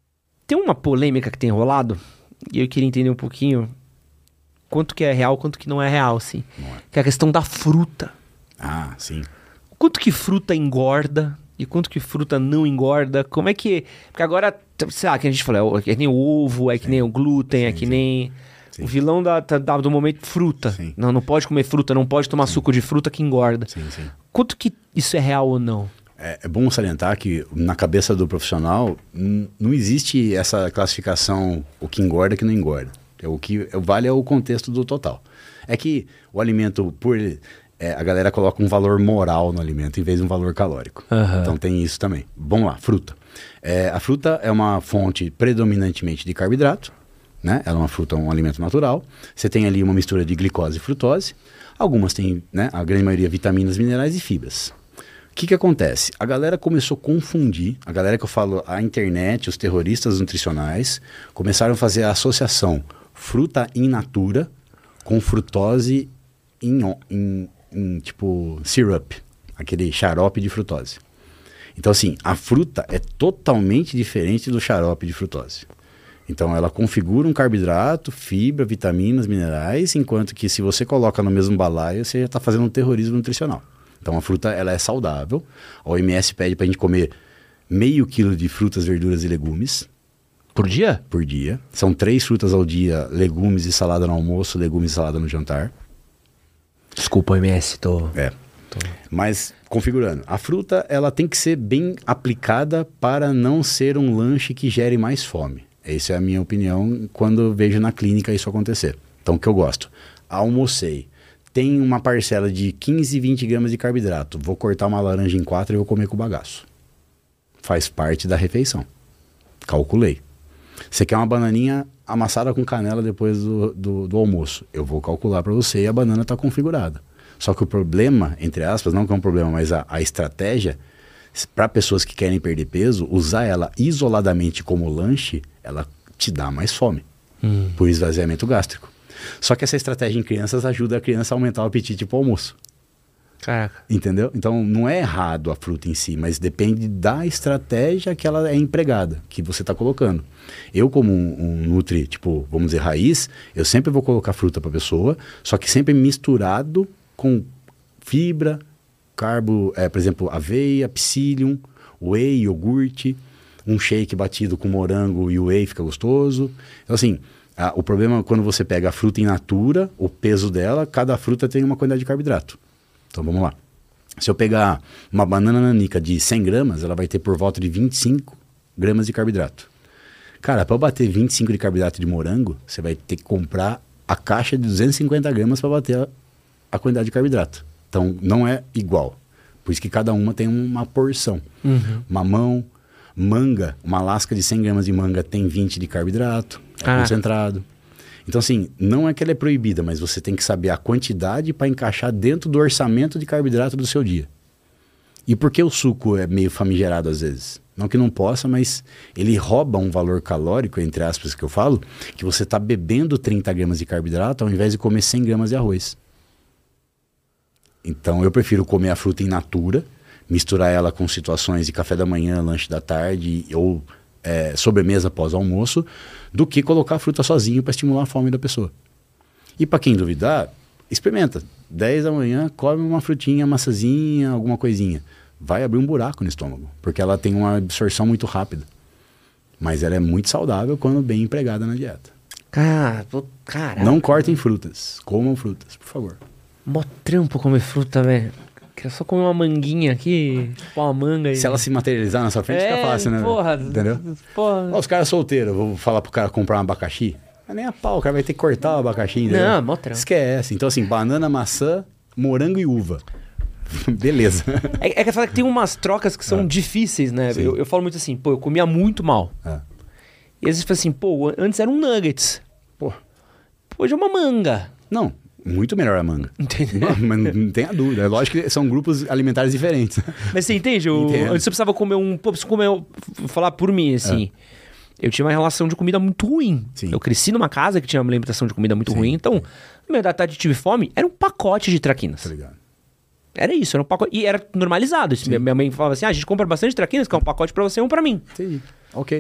S3: Tem uma polêmica que tem rolado, e eu queria entender um pouquinho quanto que é real, quanto que não é real, assim. Que é a questão da fruta.
S4: Ah, sim.
S3: Quanto que fruta engorda e quanto que fruta não engorda? Como é que... Porque agora, sei lá, que a gente falou, é que nem o ovo, é que nem o glúten, é que nem... O vilão do momento, fruta.
S4: Sim.
S3: Não pode comer fruta, não pode tomar suco de fruta que engorda.
S4: Sim.
S3: Quanto que isso é real ou não?
S4: É bom salientar que na cabeça do profissional não existe essa classificação, o que engorda e o que não engorda. O que vale é o contexto do total. É que o alimento, a galera coloca um valor moral no alimento em vez de um valor calórico. Então tem isso também. Vamos lá, fruta. A fruta é uma fonte predominantemente de carboidrato, né? Ela é uma fruta, um alimento natural. Você tem ali uma mistura de glicose e frutose. Algumas têm, né, a grande maioria, vitaminas, minerais e fibras. O que acontece? A galera começou a confundir, a galera que eu falo, a internet, os terroristas nutricionais, começaram a fazer a associação fruta in natura com frutose em tipo syrup, aquele xarope de frutose. Então assim, a fruta é totalmente diferente do xarope de frutose. Então ela configura um carboidrato, fibra, vitaminas, minerais, enquanto que se você coloca no mesmo balaio, você já está fazendo um terrorismo nutricional. Então a fruta ela é saudável, a OMS pede para a gente comer meio quilo de frutas, verduras e legumes.
S3: Por dia?
S4: Por dia. São 3 frutas ao dia, legumes e salada no almoço, legumes e salada no jantar.
S3: Desculpa, OMS, tô...
S4: Mas, configurando, a fruta ela tem que ser bem aplicada para não ser um lanche que gere mais fome. Essa é a minha opinião quando eu vejo na clínica isso acontecer. Então, o que eu gosto? Almocei. Tem uma parcela de 15, 20 gramas de carboidrato. Vou cortar uma laranja em 4 e vou comer com o bagaço. Faz parte da refeição. Calculei. Você quer uma bananinha amassada com canela depois do almoço? Eu vou calcular para você e a banana está configurada. Só que o problema, entre aspas, não que é um problema, mas a estratégia, para pessoas que querem perder peso, usar ela isoladamente como lanche, ela te dá mais fome, por esvaziamento gástrico. Só que essa estratégia em crianças ajuda a criança a aumentar o apetite para o almoço.
S3: Caraca.
S4: Entendeu? Então não é errado a fruta em si, mas depende da estratégia que ela é empregada, que você está colocando. Eu como um nutri, tipo, vamos dizer, raiz, eu sempre vou colocar fruta para a pessoa, só que sempre misturado com fibra, carbo, por exemplo, aveia, psyllium, whey, iogurte, um shake batido com morango e whey fica gostoso. Então assim, o problema é quando você pega a fruta in natura, o peso dela, cada fruta tem uma quantidade de carboidrato. Então vamos lá. Se eu pegar uma banana nanica de 100 gramas, ela vai ter por volta de 25 gramas de carboidrato. Cara, para eu bater 25 de carboidrato de morango, você vai ter que comprar a caixa de 250 gramas para bater a quantidade de carboidrato. Então não é igual. Por isso que cada uma tem uma porção. Mamão, manga, uma lasca de 100 gramas de manga tem 20 de carboidrato, concentrado. Então assim, não é que ela é proibida, mas você tem que saber a quantidade para encaixar dentro do orçamento de carboidrato do seu dia. E por que o suco é meio famigerado às vezes? Não que não possa, mas ele rouba um valor calórico, entre aspas que eu falo, que você está bebendo 30 gramas de carboidrato ao invés de comer 100 gramas de arroz. Então eu prefiro comer a fruta in natura, misturar ela com situações de café da manhã, lanche da tarde ou sobremesa pós-almoço, do que colocar a fruta sozinho para estimular a fome da pessoa. E para quem duvidar, experimenta. 10 da manhã, come uma frutinha, maçãzinha, alguma coisinha. Vai abrir um buraco no estômago, porque ela tem uma absorção muito rápida. Mas ela é muito saudável quando bem empregada na dieta.
S3: Caraca.
S4: Não cortem frutas, comam frutas, por favor.
S3: Mó trampo comer fruta, velho. Quero só comer uma manguinha aqui, tipo uma manga.
S4: Se ela se materializar na sua frente, fica fácil, né?
S3: Porra.
S4: Entendeu?
S3: Porra.
S4: Ó, os caras solteiros, vou falar pro cara comprar um abacaxi. Nem a pau, o cara vai ter que cortar o abacaxi. Entendeu?
S3: Não, mó trampo.
S4: Esquece. Então assim, banana, maçã, morango e uva. Beleza.
S3: É que fala que tem umas trocas que são difíceis, né? Eu falo muito assim, eu comia muito mal. E às vezes fala assim, antes era um nuggets. Hoje é uma manga.
S4: Não, muito melhor a manga.
S3: Entendeu?
S4: Mas não tem a dúvida. É lógico que são grupos alimentares diferentes.
S3: Mas você entende? Antes você precisava comer vou falar por mim, assim. Eu tinha uma relação de comida muito ruim.
S4: Sim.
S3: Eu cresci numa casa que tinha uma alimentação de comida muito ruim. Então, no meio da tarde tive fome, era um pacote de traquinas.
S4: Tá ligado?
S3: Era isso, era um pacote. E era normalizado. Minha mãe falava assim, a gente compra bastante traquinas, que é um pacote pra você e um pra mim.
S4: Entendi. Ok.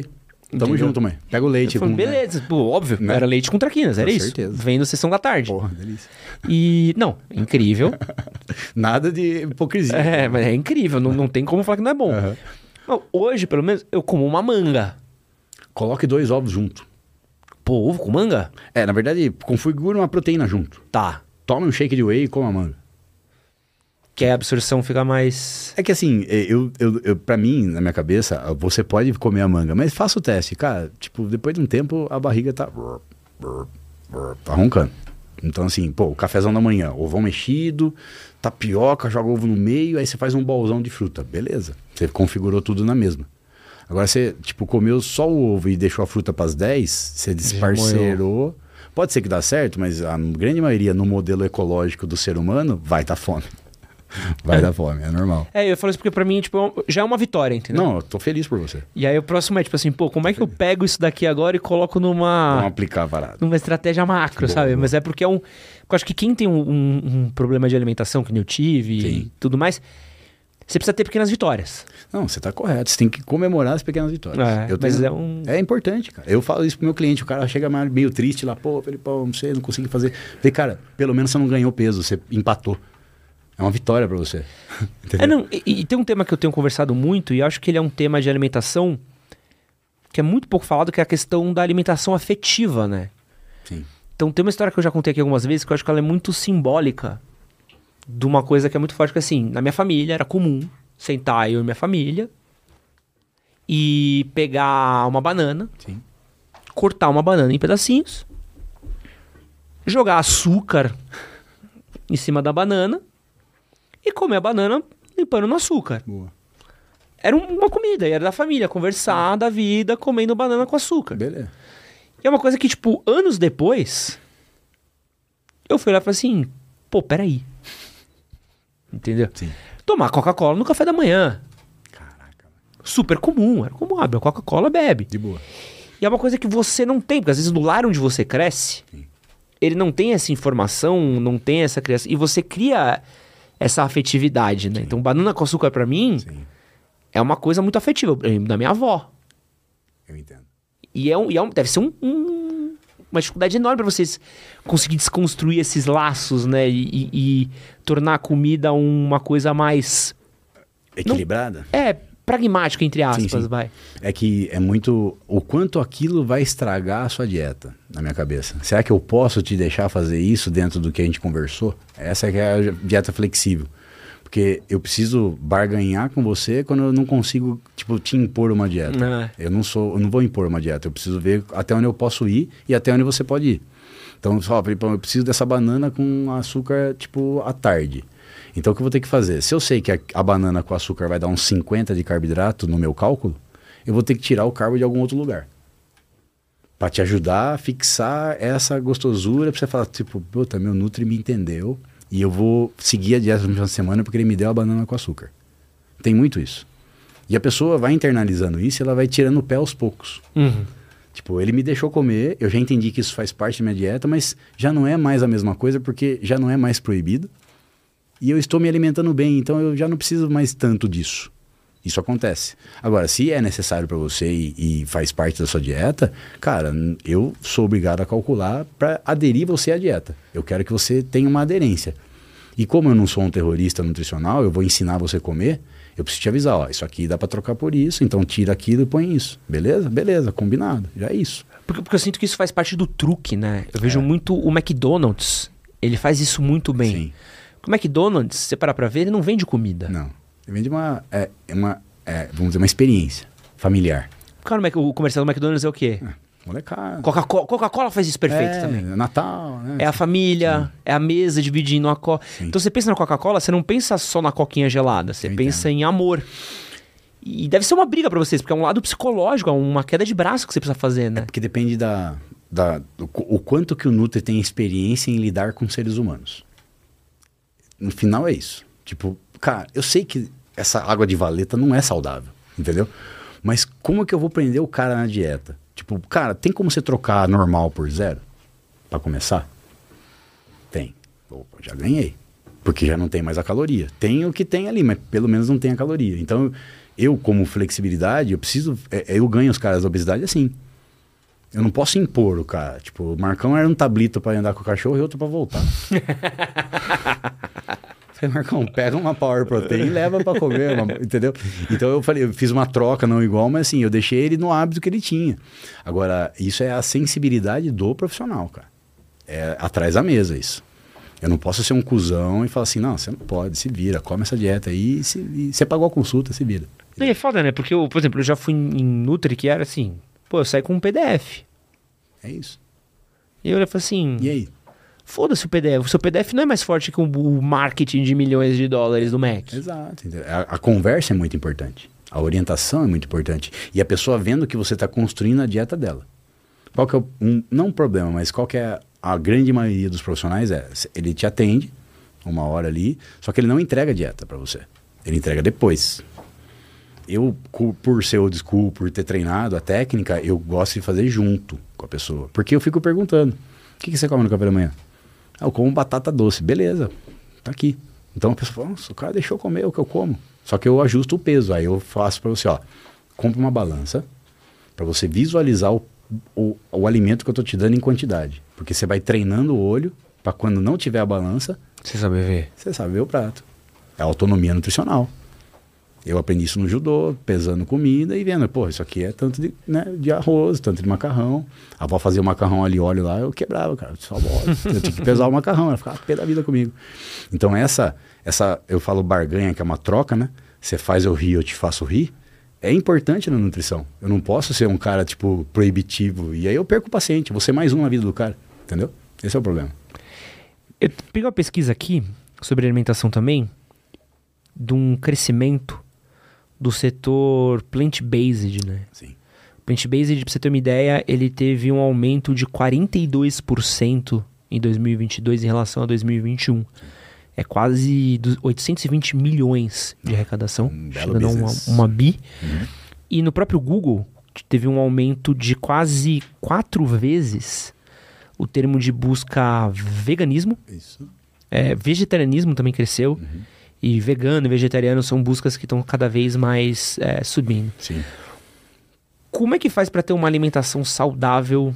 S4: Tamo
S3: Entendeu?
S4: junto, mãe. Pega o leite.
S3: Eu falei,
S4: com-
S3: beleza, pô, óbvio,
S4: Né?
S3: era leite com traquinas, era
S4: Com
S3: isso.
S4: certeza.
S3: Vem no Sessão da Tarde.
S4: Porra, delícia.
S3: E, não, incrível.
S4: Nada de hipocrisia.
S3: É, mas é incrível, não tem como falar que não é bom.
S4: Aham.
S3: Não, hoje, pelo menos, eu como uma manga.
S4: Coloque 2 ovos junto.
S3: Pô, ovo com manga?
S4: Na verdade, configura uma proteína junto.
S3: Tá.
S4: Tome um shake de whey e coma manga.
S3: Que a absorção fica mais...
S4: É que assim, pra mim, na minha cabeça, você pode comer a manga, mas faça o teste. Cara, tipo, depois de um tempo, a barriga tá roncando. Então assim, pô, o cafezão da manhã, ovão mexido, tapioca, joga ovo no meio, aí você faz um bolzão de fruta. Beleza, você configurou tudo na mesma. Agora você, tipo, comeu só o ovo e deixou a fruta pras 10, você desparcerou. Pode ser que dá certo, mas a grande maioria no modelo ecológico do ser humano vai dar fome. Vai dar fome, é normal.
S3: Eu falo isso porque pra mim, tipo, já é uma vitória, entendeu?
S4: Não, eu tô feliz por você.
S3: E aí o próximo é, tipo assim, pô, como é que eu pego isso daqui agora e coloco
S4: Vamos
S3: numa
S4: aplicar a parada.
S3: estratégia macro,
S4: Boa,
S3: sabe?
S4: boa.
S3: Mas é porque eu acho que quem tem um problema de alimentação, que nem eu tive
S4: Sim.
S3: e tudo mais, você precisa ter pequenas vitórias.
S4: Não, você tá correto. Você tem que comemorar as pequenas vitórias.
S3: Mas
S4: É importante, cara. Eu falo isso pro meu cliente. O cara chega meio triste lá, pô, Felipão, não sei, não consegui fazer. Falei, cara, pelo menos você não ganhou peso, você empatou. É uma vitória pra você. Entendeu?
S3: E tem um tema que eu tenho conversado muito, e acho que ele é um tema de alimentação que é muito pouco falado, que é a questão da alimentação afetiva, né?
S4: Sim.
S3: Então tem uma história que eu já contei aqui algumas vezes, que eu acho que ela é muito simbólica de uma coisa que é muito forte, que assim, na minha família era comum sentar eu e minha família e pegar uma banana,
S4: Sim.
S3: cortar uma banana em pedacinhos, jogar açúcar em cima da banana e comer a banana limpando no açúcar.
S4: Boa.
S3: Era uma comida, e era da família, conversar da vida comendo banana com açúcar.
S4: Beleza.
S3: E é uma coisa que, tipo, anos depois, eu fui lá e falei assim, pô, peraí. Entendeu?
S4: Sim.
S3: Tomar Coca-Cola no café da manhã.
S4: Caraca.
S3: Super comum, era comum, abre a Coca-Cola, bebe.
S4: De boa.
S3: E é uma coisa que você não tem, porque às vezes no lar onde você cresce, ele não tem essa informação, não tem essa criação, e você cria essa afetividade, né? Então, banana com açúcar pra mim é uma coisa muito afetiva, eu lembro da minha avó.
S4: Eu entendo.
S3: E deve ser uma dificuldade enorme pra vocês conseguir desconstruir esses laços, né? E tornar a comida uma coisa mais...
S4: Equilibrada?
S3: Pragmática, entre aspas,
S4: Sim.
S3: vai.
S4: É que é muito... O quanto aquilo vai estragar a sua dieta, na minha cabeça. Será que eu posso te deixar fazer isso dentro do que a gente conversou? Essa que é a dieta flexível. Porque eu preciso barganhar com você quando eu não consigo, tipo, te impor uma dieta. Eu não vou impor uma dieta. Eu preciso ver até onde eu posso ir e até onde você pode ir. Então, Felipão, eu preciso dessa banana com açúcar, tipo, à tarde. Então, o que eu vou ter que fazer? Se eu sei que a banana com açúcar vai dar uns 50 de carboidrato no meu cálculo, eu vou ter que tirar o carbo de algum outro lugar. Pra te ajudar a fixar essa gostosura, pra você falar, tipo, puta, meu Nutri me entendeu e eu vou seguir a dieta no final de semana porque ele me deu a banana com açúcar. Tem muito isso. E a pessoa vai internalizando isso e ela vai tirando o pé aos poucos. Tipo, ele me deixou comer, eu já entendi que isso faz parte da minha dieta, mas já não é mais a mesma coisa porque já não é mais proibido. E eu estou me alimentando bem, então eu já não preciso mais tanto disso. Isso acontece. Agora, se é necessário para você e faz parte da sua dieta, cara, eu sou obrigado a calcular para aderir você à dieta. Eu quero que você tenha uma aderência. E como eu não sou um terrorista nutricional, eu vou ensinar você a comer, eu preciso te avisar, ó, isso aqui dá para trocar por isso, então tira aquilo e põe isso. Beleza? Beleza, combinado. Já é isso.
S3: Porque eu sinto que isso faz parte do truque, né? Eu vejo muito o McDonald's, ele faz isso muito bem.
S4: Sim.
S3: O McDonald's, se você parar pra ver, ele não vende comida.
S4: Não. Ele vende vamos dizer, uma experiência familiar.
S3: Cara, o comercial do McDonald's é o quê?
S4: Molecada.
S3: Coca-Cola faz isso perfeito também.
S4: É Natal, né?
S3: É a família, é a mesa dividindo a Coca. Então você pensa na Coca-Cola, você não pensa só na coquinha gelada, você pensa em amor. E deve ser uma briga pra vocês, porque é um lado psicológico, é uma queda de braço que você precisa fazer, né?
S4: Porque depende o quanto que o Nutri tem experiência em lidar com seres humanos. No final é isso. Tipo, cara, eu sei que essa água de valeta não é saudável, entendeu? Mas como é que eu vou prender o cara na dieta? Tipo, cara, tem como você trocar normal por zero? Pra começar? Tem. Opa, já ganhei. Porque já não tem mais a caloria. Tem o que tem ali, mas pelo menos não tem a caloria. Então, Eu, como flexibilidade, eu ganho os caras da obesidade assim. Eu não posso impor o cara. Tipo, o Marcão era um tablito pra andar com o cachorro e outro pra voltar. Falei, Marcão, pega uma Power Protein e leva pra comer, entendeu? Então eu fiz uma troca não igual, mas assim, eu deixei ele no hábito que ele tinha. Agora, isso é a sensibilidade do profissional, cara. É atrás da mesa isso. Eu não posso ser um cuzão e falar assim, não, você não pode, se vira, come essa dieta aí, e você pagou a consulta, se vira.
S3: É foda, né? Porque, por exemplo, eu já fui em Nutri que era assim, pô, eu saí com um PDF.
S4: É isso.
S3: E eu falei assim...
S4: E aí?
S3: Foda-se o PDF. O seu PDF não é mais forte que o marketing de milhões de dólares do Mac.
S4: Exato. A conversa é muito importante. A orientação é muito importante. E a pessoa vendo que você está construindo a dieta dela. Qual que é não um problema, mas qual que é a grande maioria dos profissionais ele te atende uma hora ali, só que ele não entrega a dieta para você. Ele entrega depois. Eu, por ser old school, por ter treinado a técnica, eu gosto de fazer junto com a pessoa. Porque eu fico perguntando, o que você come no café da manhã? Eu como batata doce. Beleza, tá aqui. Então a pessoa fala, nossa, o cara deixou comer o que eu como. Só que eu ajusto o peso. Aí eu faço para você, compre uma balança para você visualizar o alimento que eu tô te dando em quantidade. Porque você vai treinando o olho para quando não tiver a balança...
S3: Você sabe ver.
S4: Você sabe ver o prato. É autonomia nutricional. Eu aprendi isso no judô, pesando comida e vendo, pô, isso aqui é tanto de arroz, tanto de macarrão. A avó fazia o macarrão ali, óleo lá, eu quebrava, cara. Só eu tinha que pesar o macarrão, ela ficava pé da vida comigo. Então essa, eu falo barganha, que é uma troca, né? Você faz eu rir, eu te faço rir. É importante na nutrição. Eu não posso ser um cara, tipo, proibitivo. E aí eu perco o paciente, vou ser mais um na vida do cara, entendeu? Esse é o problema.
S3: Eu peguei uma pesquisa aqui sobre alimentação também, de um crescimento do setor plant-based, né?
S4: Sim.
S3: Plant-based, pra você ter uma ideia, ele teve um aumento de 42% em 2022 em relação a 2021. É quase 820 milhões de arrecadação, chegando a uma bi. Uhum. E no próprio Google teve um aumento de quase 4 vezes o termo de busca veganismo.
S4: Isso.
S3: Vegetarianismo também cresceu.
S4: Uhum.
S3: E vegano e vegetariano são buscas que estão cada vez mais subindo.
S4: Sim.
S3: Como é que faz para ter uma alimentação saudável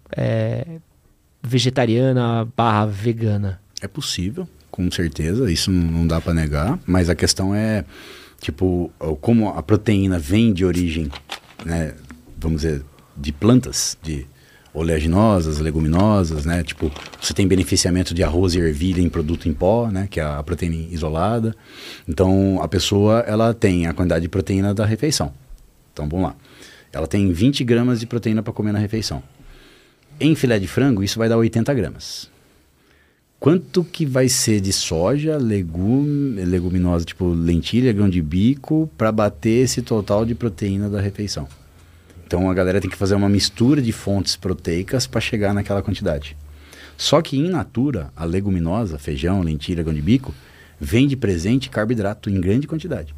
S3: vegetariana / vegana?
S4: É possível, com certeza, isso não dá para negar, mas a questão é, tipo, como a proteína vem de origem, né, vamos dizer, de plantas, de oleaginosas, leguminosas, né? Tipo, você tem beneficiamento de arroz e ervilha em produto em pó, né? Que é a proteína isolada. Então, a pessoa, ela tem a quantidade de proteína da refeição. Então, vamos lá. Ela tem 20 gramas de proteína para comer na refeição. Em filé de frango, isso vai dar 80 gramas. Quanto que vai ser de soja, leguminosa, tipo lentilha, grão de bico, para bater esse total de proteína da refeição? Então a galera tem que fazer uma mistura de fontes proteicas para chegar naquela quantidade. Só que in natura, a leguminosa, feijão, lentilha, grão de bico, vem de presente carboidrato em grande quantidade.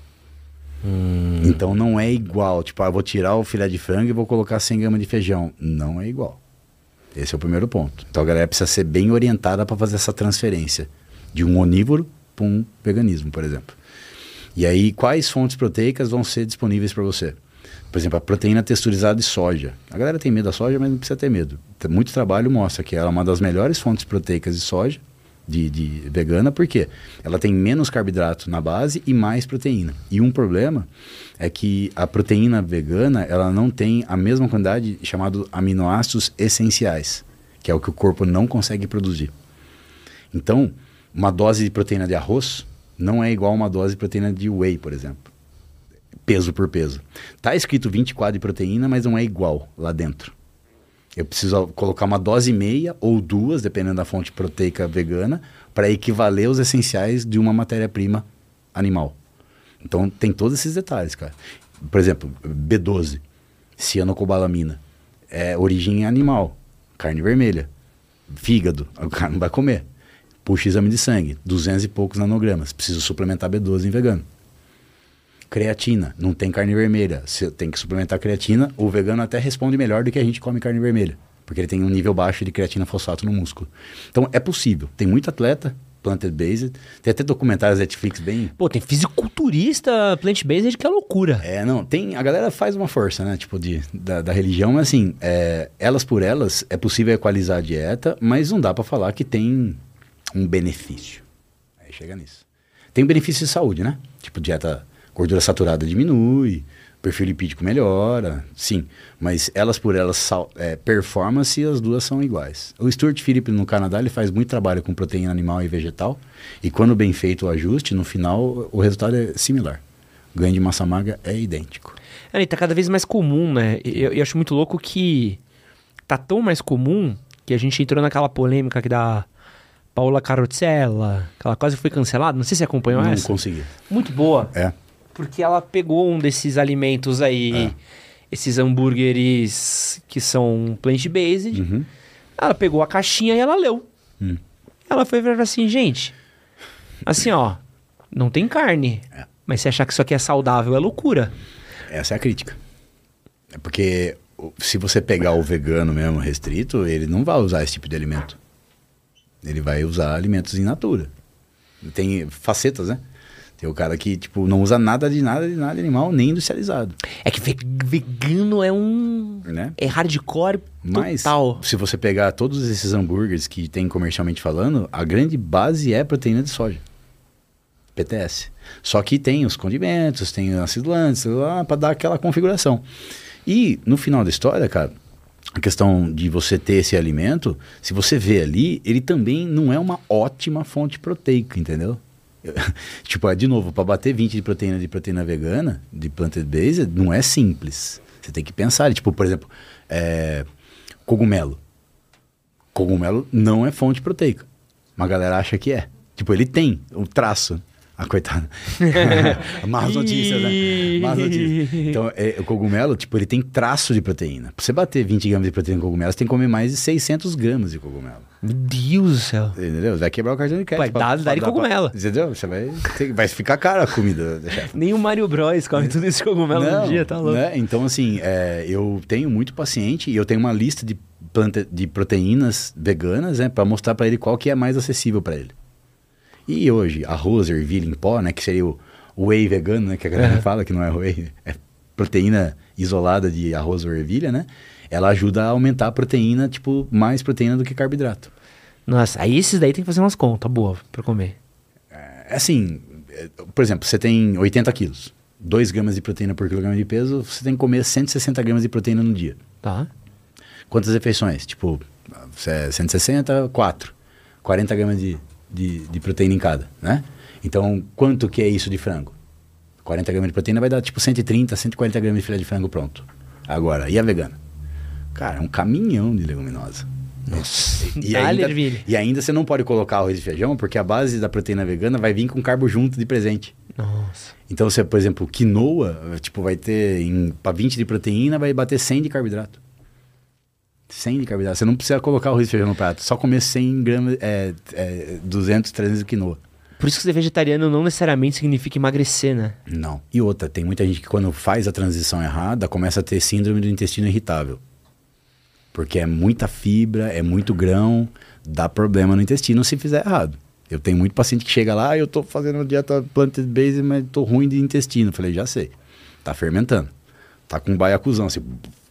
S4: Então não é igual, tipo, eu vou tirar o filé de frango e vou colocar 100 gramas de feijão. Não é igual. Esse é o primeiro ponto. Então a galera precisa ser bem orientada para fazer essa transferência de um onívoro para um veganismo, por exemplo. E aí, quais fontes proteicas vão ser disponíveis para você? Por exemplo, a proteína texturizada de soja. A galera tem medo da soja, mas não precisa ter medo. Muito trabalho mostra que ela é uma das melhores fontes proteicas de soja, de vegana, porque ela tem menos carboidrato na base e mais proteína. E um problema é que a proteína vegana, ela não tem a mesma quantidade de chamados aminoácidos essenciais, que é o que o corpo não consegue produzir. Então, uma dose de proteína de arroz não é igual a uma dose de proteína de whey, por exemplo. Peso por peso. Tá escrito 24 de proteína, mas não é igual lá dentro. Eu preciso colocar uma dose e meia ou 2, dependendo da fonte proteica vegana, para equivaler os essenciais de uma matéria-prima animal. Então tem todos esses detalhes, cara. Por exemplo, B12, cianocobalamina, é origem animal, carne vermelha, fígado, o cara não vai comer. Puxa exame de sangue, 200 e poucos nanogramas, preciso suplementar B12 em vegano. Creatina, não tem carne vermelha, você tem que suplementar creatina, o vegano até responde melhor do que a gente come carne vermelha, porque ele tem um nível baixo de creatina fosfato no músculo. Então é possível, tem muito atleta plant-based. Tem até documentários da Netflix bem...
S3: Pô, tem fisiculturista plant-based que é loucura.
S4: Não, tem... A galera faz uma força, né? Tipo, da religião, mas assim, elas por elas, é possível equalizar a dieta, mas não dá pra falar que tem um benefício. Aí chega nisso. Tem um benefício de saúde, né? Tipo, dieta, gordura saturada diminui, perfil lipídico melhora, sim. Mas elas por elas, performance, as duas são iguais. O Stuart Philip no Canadá, ele faz muito trabalho com proteína animal e vegetal. E quando bem feito o ajuste, no final, o resultado é similar. O ganho de massa magra é idêntico.
S3: E tá cada vez mais comum, né? Eu acho muito louco que tá tão mais comum que a gente entrou naquela polêmica que da Paola Carrozzella, que ela quase foi cancelada. Não sei se você acompanhou essa.
S4: Não consegui.
S3: Muito boa. Porque ela pegou um desses alimentos aí, esses hambúrgueres que são plant-based.
S4: Uhum.
S3: Ela pegou a caixinha e ela leu. Ela foi ver assim, gente, assim, ó, não tem carne. Mas se achar que isso aqui é saudável, é loucura.
S4: Essa é a crítica. É porque se você pegar o vegano mesmo restrito, ele não vai usar esse tipo de alimento. Ele vai usar alimentos in natura. Tem facetas, né? Tem o cara que, tipo, não usa nada de animal, nem industrializado.
S3: É que vegano é
S4: né?
S3: É hardcore
S4: Mas,
S3: total.
S4: se você pegar todos esses hambúrgueres que tem comercialmente falando, a grande base é proteína de soja. PTS. Só que tem os condimentos, tem acidulantes, para dar aquela configuração. E, no final da história, cara, a questão de você ter esse alimento, se você vê ali, ele também não é uma ótima fonte proteica, entendeu? Tipo, de novo, para bater 20 de proteína vegana, de plant-based, não é simples. Você tem que pensar, tipo, por exemplo, cogumelo. Cogumelo não é fonte proteica. Mas a galera acha que é. Tipo, ele tem o traço. Coitada. Más notícias, né? Más notícias. Então, o cogumelo, tipo, ele tem traço de proteína. Pra você bater 20 gramas de proteína em cogumelo, você tem que comer mais de 600 gramas de cogumelo.
S3: Meu Deus do céu.
S4: Entendeu? Vai quebrar o cartão de crédito.
S3: Vai dar de cogumelo.
S4: Entendeu? Você vai ficar caro a comida.
S3: Nem o Mario Bros come tudo esse cogumelo no dia, tá louco.
S4: Né? Então, assim, eu tenho muito paciente e eu tenho uma lista de proteínas veganas, né? Pra mostrar pra ele qual que é mais acessível pra ele. E hoje, arroz, ervilha em pó, né? Que seria o whey vegano, né? Que a galera fala que não é whey. É proteína isolada de arroz ou ervilha, né? Ela ajuda a aumentar a proteína, tipo, mais proteína do que carboidrato.
S3: Nossa, aí esses daí tem que fazer umas contas boas pra comer.
S4: Assim, por exemplo, você tem 80 quilos. 2 gramas de proteína por quilograma de peso, você tem que comer 160 gramas de proteína no dia.
S3: Tá.
S4: Quantas refeições? Tipo, 160, 4. 40 gramas de proteína em cada, né? Então, quanto que é isso de frango? 40 gramas de proteína vai dar tipo 130, 140 gramas de filé de frango pronto. Agora, e a vegana? Cara, é um caminhão de leguminosa.
S3: Nossa.
S4: E ainda você não pode colocar arroz e feijão, porque a base da proteína vegana vai vir com carbo junto de presente.
S3: Nossa.
S4: Então, você, por exemplo, quinoa, tipo, vai ter, para 20 de proteína, vai bater 100 de carboidrato. 100 de carboidrato. Você não precisa colocar arroz e feijão no prato. Só comer 100 gramas, 200, 300 de quinoa.
S3: Por isso que ser vegetariano não necessariamente significa emagrecer, né?
S4: Não. E outra, tem muita gente que quando faz a transição errada, começa a ter síndrome do intestino irritável. Porque é muita fibra, é muito grão, dá problema no intestino se fizer errado. Eu tenho muito paciente que chega lá, eu tô fazendo uma dieta plant-based, mas tô ruim de intestino. Eu falei, já sei. Tá fermentando. Tá com baiacuzão, assim...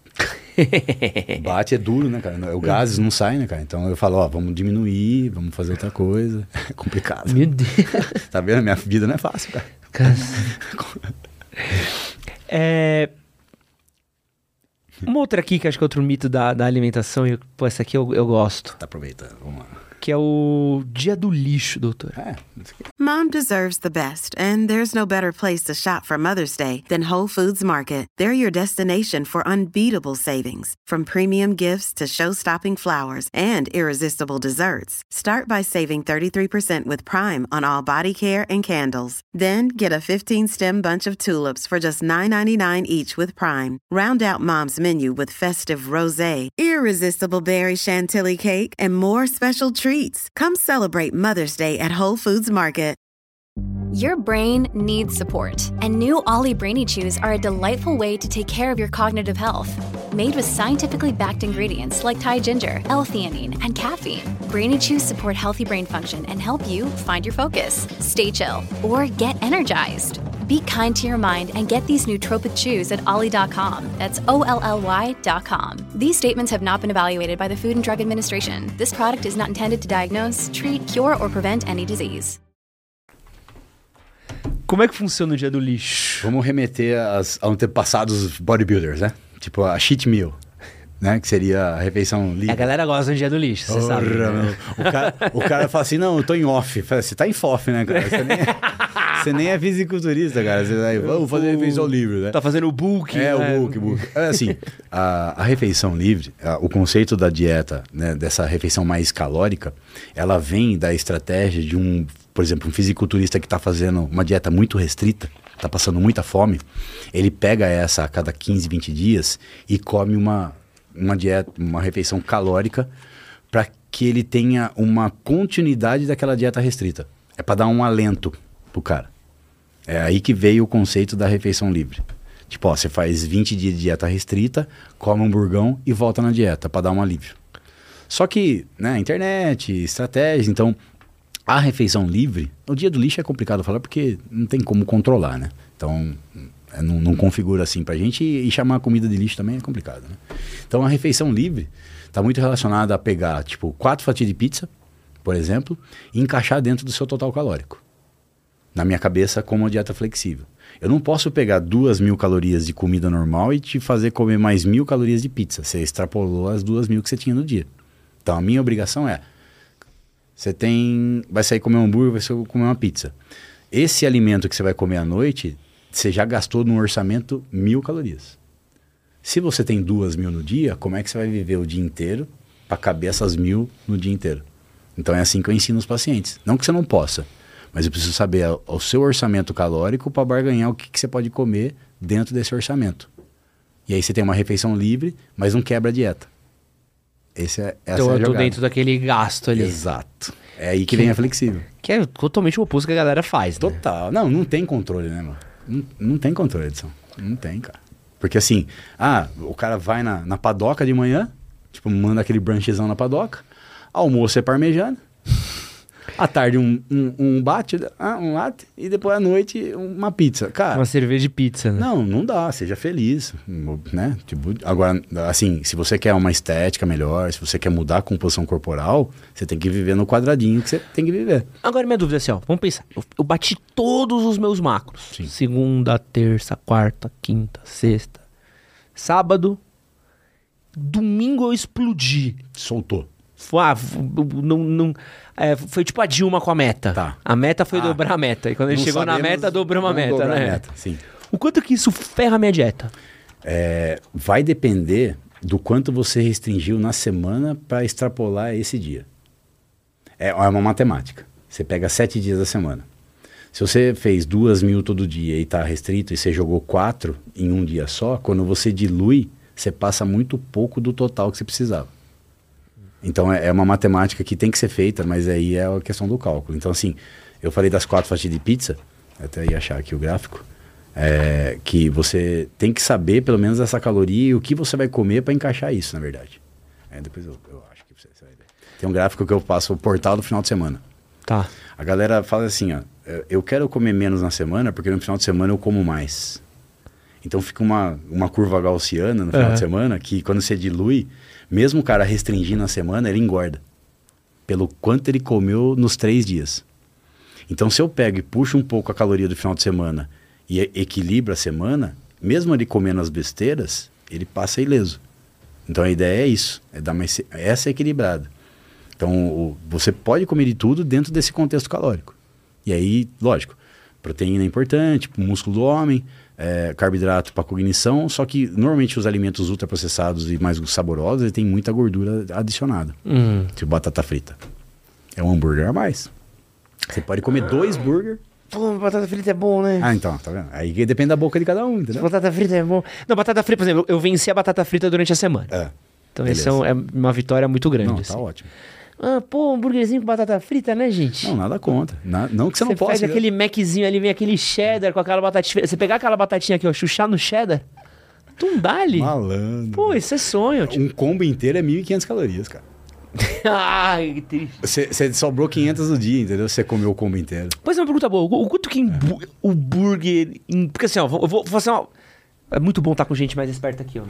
S4: Bate, é duro, né, cara? O gases não sai, né, cara? Então eu falo, vamos diminuir, vamos fazer outra coisa. É complicado.
S3: Meu Deus.
S4: Tá vendo? Minha vida não é fácil, cara.
S3: Uma outra aqui, que acho que é outro mito da alimentação, e pô, essa aqui eu gosto.
S4: Tá aproveitando, vamos lá.
S3: Que é o dia do lixo, doutor.
S9: Mom deserves the best, and there's no better place to shop for Mother's Day than Whole Foods Market. They're your destination for unbeatable savings, from premium gifts to show-stopping flowers and irresistible desserts. Start by saving 33% with Prime on all body care and candles. Then get a 15-stem bunch of tulips for just $9.99 each with Prime. Round out Mom's menu with festive rosé, irresistible berry chantilly cake, and more special treats. Come celebrate Mother's Day at Whole Foods Market.
S12: Your brain needs support, and new Ollie Brainy Chews are a delightful way to take care of your cognitive health. Made with scientifically backed ingredients like Thai ginger, L-theanine, and caffeine, Brainy Chews support healthy brain function and help you find your focus, stay chill, or get energized. Be kind to your mind and get these nootropic chews at ollie.com. That's OLLY.com. These statements have not been evaluated by the Food and Drug Administration. This product is not intended to diagnose, treat, cure, or prevent any disease.
S3: Como é que funciona o dia do lixo?
S4: Vamos remeter aos antepassados bodybuilders, né? Tipo a cheat meal, né? Que seria a refeição livre.
S3: A galera gosta do dia do lixo, você sabe. Né?
S4: O cara fala assim, não, eu tô em off. Fala, você tá em FOF, né, cara? Você nem é fisiculturista, cara. Você tá, vamos fazer refeição livre, né?
S3: Tá fazendo o bulk.
S4: É, né? O bulk. É assim, a refeição livre, o conceito da dieta, né, dessa refeição mais calórica, ela vem da estratégia de por exemplo, um fisiculturista que está fazendo uma dieta muito restrita, está passando muita fome, ele pega essa a cada 15, 20 dias e come uma dieta, uma refeição calórica para que ele tenha uma continuidade daquela dieta restrita. É para dar um alento pro cara. É aí que veio o conceito da refeição livre. Tipo, ó, você faz 20 dias de dieta restrita, come um burgão e volta na dieta para dar um alívio. Só que, né, internet, estratégias, então... A refeição livre, o dia do lixo é complicado falar porque não tem como controlar, né? Então, não configura assim pra gente e chamar a comida de lixo também é complicado, né? Então, a refeição livre tá muito relacionada a pegar, tipo, 4 fatias de pizza, por exemplo, e encaixar dentro do seu total calórico. Na minha cabeça, como uma dieta flexível. Eu não posso pegar 2.000 calorias de comida normal e te fazer comer mais 1.000 calorias de pizza. Você extrapolou as 2.000 que você tinha no dia. Então, a minha obrigação é... Você vai sair comer um hambúrguer, vai sair comer uma pizza. Esse alimento que você vai comer à noite, você já gastou no orçamento 1.000 calorias. Se você tem 2.000 no dia, como é que você vai viver o dia inteiro para caber essas 1.000 no dia inteiro? Então é assim que eu ensino os pacientes. Não que você não possa, mas eu preciso saber o seu orçamento calórico para barganhar o que você pode comer dentro desse orçamento. E aí você tem uma refeição livre, mas não quebra a dieta. Essa
S3: então eu tô dentro daquele gasto ali.
S4: Exato. É aí que vem a flexível.
S3: Que é totalmente o oposto que a galera faz, né?
S4: Total. Não tem controle, né, mano? Não tem controle, Edson. Não tem, cara. Porque assim, o cara vai na padoca de manhã, tipo, manda aquele brunchzão na padoca, almoço é parmegiana, à tarde um bate, um latte, e depois à noite uma pizza. Cara,
S3: uma cerveja de pizza, né?
S4: Não dá, seja feliz, né? Tipo, agora, assim, se você quer uma estética melhor, se você quer mudar a composição corporal, você tem que viver no quadradinho que você tem que viver.
S3: Agora minha dúvida é assim, ó, vamos pensar, eu bati todos os meus macros.
S4: Sim.
S3: Segunda, terça, quarta, quinta, sexta, sábado, domingo eu explodi.
S4: Soltou.
S3: Foi tipo a Dilma com a meta.
S4: Tá.
S3: A meta foi dobrar a meta. E quando ele chegou na meta, dobrou uma meta, né?
S4: Meta, sim.
S3: O quanto que isso ferra a minha dieta?
S4: Vai depender do quanto você restringiu na semana para extrapolar esse dia. É uma matemática. Você pega 7 dias da semana. Se você fez 2.000 todo dia e está restrito e você jogou 4 em um dia só, quando você dilui, você passa muito pouco do total que você precisava. Então é uma matemática que tem que ser feita, mas aí é a questão do cálculo. Então assim, eu falei das 4 fatias de pizza, até ia achar aqui o gráfico, que você tem que saber pelo menos essa caloria e o que você vai comer para encaixar isso, na verdade. Depois eu acho que você vai ver. Tem um gráfico que eu passo o portal do final de semana.
S3: Tá.
S4: A galera fala assim, ó, eu quero comer menos na semana porque no final de semana eu como mais. Então fica uma curva gaussiana no final de semana que quando você dilui, mesmo o cara restringindo a semana, ele engorda. Pelo quanto ele comeu nos 3 dias. Então se eu pego e puxo um pouco a caloria do final de semana e equilibra a semana, mesmo ele comendo as besteiras, ele passa ileso. Então a ideia é isso, é dar essa equilibrada. Então você pode comer de tudo dentro desse contexto calórico. E aí, lógico, proteína é importante, músculo do homem, carboidrato para cognição, só que normalmente os alimentos ultraprocessados e mais saborosos, eles têm muita gordura adicionada. Tipo batata frita. É um hambúrguer a mais. Você pode comer 2 burgers.
S3: Pô, batata frita é bom, né?
S4: Então, tá vendo? Aí depende da boca de cada um, entendeu?
S3: Batata frita é bom. Não, batata frita, por exemplo, eu venci a batata frita durante a semana. Então
S4: beleza.
S3: isso é uma vitória muito grande.
S4: Não,
S3: assim.
S4: tá ótimo.
S3: Pô, um hambúrguerzinho com batata frita, né, gente?
S4: Não, nada contra. Não que você não possa.
S3: Você faz aquele Maczinho ali, vem aquele cheddar com aquela batatinha. Você pegar aquela batatinha aqui, ó, chuchar no cheddar, tu dá ali.
S4: Malandro.
S3: Pô, isso é sonho.
S4: Um combo inteiro é 1.500 calorias, cara.
S3: Ai, que triste.
S4: Você sobrou 500 no dia, entendeu? Você comeu o combo inteiro.
S3: Pois é, uma pergunta boa. O quanto que o burger... Porque assim, ó, eu vou fazer uma... É muito bom estar com gente mais esperta aqui, ó.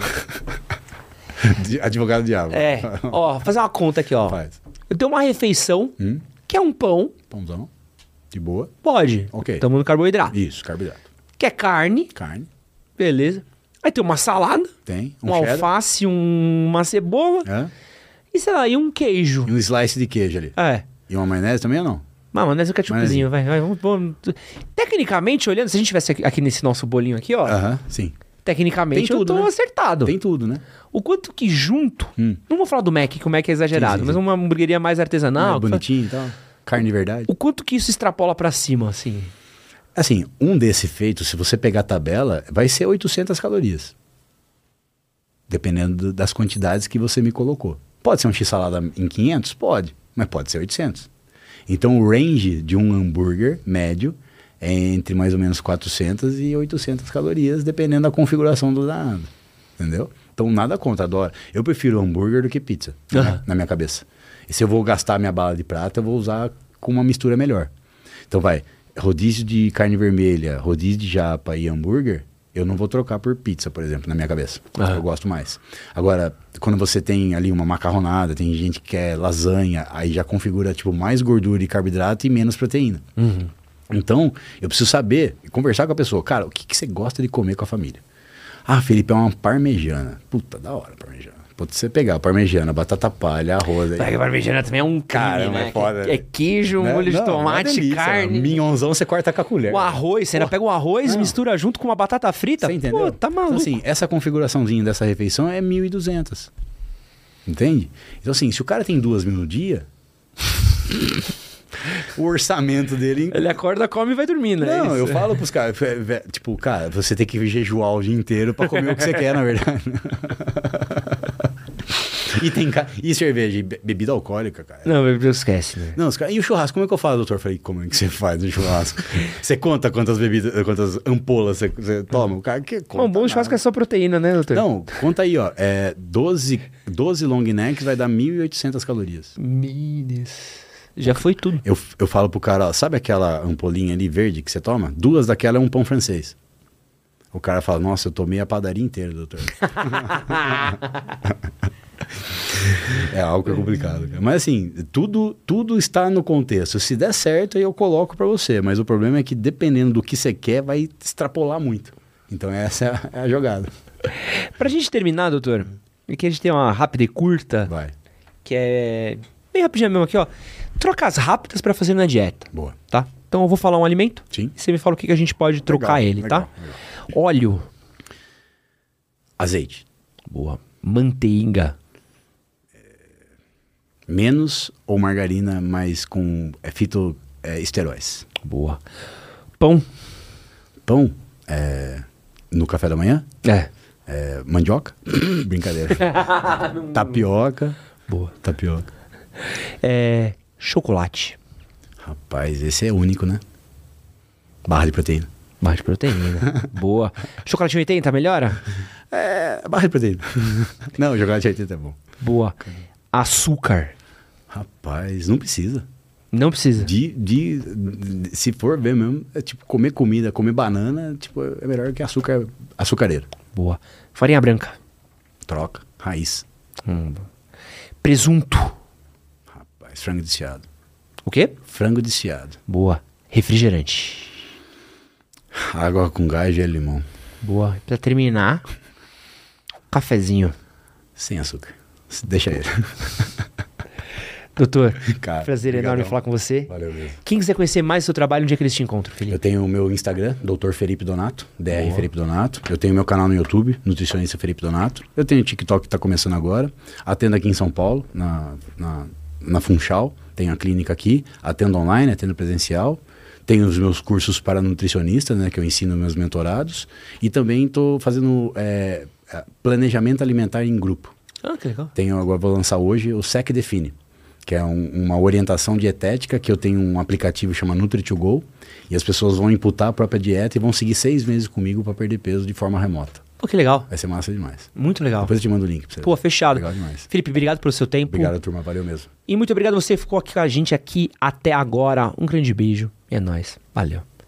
S4: Advogado diabo.
S3: É. Ó, fazer uma conta aqui, ó.
S4: Faz.
S3: Eu tenho uma refeição, que é um pão.
S4: Pãozão. De boa.
S3: Pode.
S4: Ok.
S3: Estamos no carboidrato.
S4: Isso, carboidrato.
S3: Que é carne.
S4: Carne.
S3: Beleza. Aí tem uma salada.
S4: Tem.
S3: Um alface, uma cebola.
S4: É.
S3: E sei lá, e um queijo.
S4: E um slice de queijo ali.
S3: É.
S4: E uma maionese também ou não?
S3: Maionese e ketchupzinho, vai. Vamos. Tecnicamente, olhando, se a gente tivesse aqui nesse nosso bolinho aqui, ó.
S4: Sim.
S3: Tecnicamente,
S4: tem tudo,
S3: eu tô
S4: né?
S3: acertado.
S4: Tem tudo, né?
S3: O quanto que junto... Não vou falar do Mac, que o Mac é exagerado,
S4: sim.
S3: mas uma hamburgueria mais artesanal.
S4: Bonitinho e tal. Carne de verdade.
S3: O quanto que isso extrapola pra cima, assim?
S4: Assim, um desse feito, se você pegar a tabela, vai ser 800 calorias. Dependendo das quantidades que você me colocou. Pode ser um x-salada em 500? Pode, mas pode ser 800. Então o range de um hambúrguer médio é entre mais ou menos 400 e 800 calorias, dependendo da configuração do danado. Entendeu? Então nada contra, adoro. Eu prefiro hambúrguer do que pizza, na minha cabeça. E se eu vou gastar minha bala de prata, eu vou usar com uma mistura melhor. Então vai, rodízio de carne vermelha, rodízio de japa e hambúrguer, eu não vou trocar por pizza, por exemplo, na minha cabeça. Eu gosto mais. Agora, quando você tem ali uma macarronada, tem gente que quer lasanha, aí já configura tipo mais gordura e carboidrato e menos proteína. Então, eu preciso saber, conversar com a pessoa. Cara, o que você gosta de comer com a família? Ah, Felipe, é uma parmegiana. Puta, da hora parmegiana. Pode você pegar a parmegiana, batata palha, arroz.
S3: Pega a parmegiana também é um crime, né?
S4: É foda.
S3: É queijo,
S4: né?
S3: molho de tomate,
S4: delícia,
S3: carne.
S4: Mignonzão você corta com a colher.
S3: O arroz, você ainda pega o arroz, mistura junto com uma batata frita.
S4: Você entendeu?
S3: Pô, tá maluco.
S4: Então, assim, essa configuraçãozinha dessa refeição é 1.200. Entende? Então, assim, se o cara tem 2.000 no dia... o orçamento dele...
S3: Ele acorda, come e vai dormir, né?
S4: Não, eu falo pros caras, tipo, cara, você tem que jejuar o dia inteiro pra comer o que você quer, na verdade. E cerveja, e bebida alcoólica, cara.
S3: Não, esquece, né?
S4: Não, e o churrasco, como é que eu falo, doutor? Falei, como é que você faz o churrasco? Você conta quantas bebidas, quantas ampolas você toma? O cara que conta.
S3: Um bom churrasco é só proteína, né, doutor?
S4: Não, conta aí, ó. 12 long necks vai dar 1.800 calorias.
S3: Já foi tudo.
S4: Eu falo pro cara, ó, sabe aquela ampolinha ali verde que você toma? 2 daquela é um pão francês. O cara fala, nossa, eu tomei a padaria inteira, doutor. É algo que é complicado, cara. Mas assim, tudo está no contexto. Se der certo, aí eu coloco pra você. Mas o problema é que dependendo do que você quer, vai extrapolar muito. Então essa é a jogada.
S3: Pra gente terminar, doutor, aqui a gente tem uma rápida e curta.
S4: Vai.
S3: Que é bem rapidinho mesmo aqui, ó. Trocas rápidas pra fazer na dieta.
S4: Boa.
S3: Tá? Então eu vou falar um alimento.
S4: Sim.
S3: E você me fala o que a gente pode trocar ele, tá?
S4: Legal.
S3: Óleo.
S4: Azeite.
S3: Boa. Manteiga.
S4: Menos ou margarina, mas com fitoesteróis.
S3: Boa. Pão.
S4: Pão? No café da manhã? Mandioca? Brincadeira. Tapioca.
S3: Boa.
S4: Tapioca.
S3: Chocolate.
S4: Rapaz, esse é único, né? Barra de proteína.
S3: Barra de proteína. Boa. Chocolate 80, melhora?
S4: Barra de proteína. Não, chocolate 80 é bom.
S3: Boa. Açúcar.
S4: Rapaz, não precisa.
S3: Não precisa.
S4: Se for ver mesmo, é tipo comer comida, comer banana, tipo, é melhor que açucareiro.
S3: Boa. Farinha branca.
S4: Troca. Raiz.
S3: Presunto.
S4: Rapaz, frango desfiado.
S3: O quê?
S4: Frango desfiado.
S3: Boa. Refrigerante.
S4: Água com gás, gelo e limão.
S3: Boa. Pra terminar, cafezinho.
S4: Sem açúcar. Deixa ele.
S3: Doutor,
S4: cara,
S3: prazer enorme falar com você.
S4: Valeu mesmo.
S3: Quem quiser conhecer mais do seu trabalho, onde é que eles te encontram, Felipe?
S4: Eu tenho o meu Instagram, Dr. Felipe Donato, Dr. Felipe Donato. Eu tenho meu canal no YouTube, Nutricionista Felipe Donato. Eu tenho o TikTok que está começando agora. Atendo aqui em São Paulo, na Funchal. Tenho a clínica aqui. Atendo online, atendo presencial. Tenho os meus cursos para nutricionistas, né, que eu ensino meus mentorados. E também estou fazendo planejamento alimentar em grupo.
S3: Ah, que legal.
S4: Agora vou lançar hoje o SEC Define. que é uma orientação dietética, que eu tenho um aplicativo que chama Nutri2Go, e as pessoas vão imputar a própria dieta e vão seguir 6 meses comigo para perder peso de forma remota.
S3: Pô, que legal.
S4: Vai ser massa demais.
S3: Muito legal.
S4: Depois eu te mando o link pra você.
S3: Pô, fechado.
S4: Legal demais.
S3: Felipe, obrigado pelo seu tempo.
S4: Obrigado, turma. Valeu mesmo.
S3: E muito obrigado você que ficou aqui com a gente aqui até agora. Um grande beijo. É nóis. Valeu.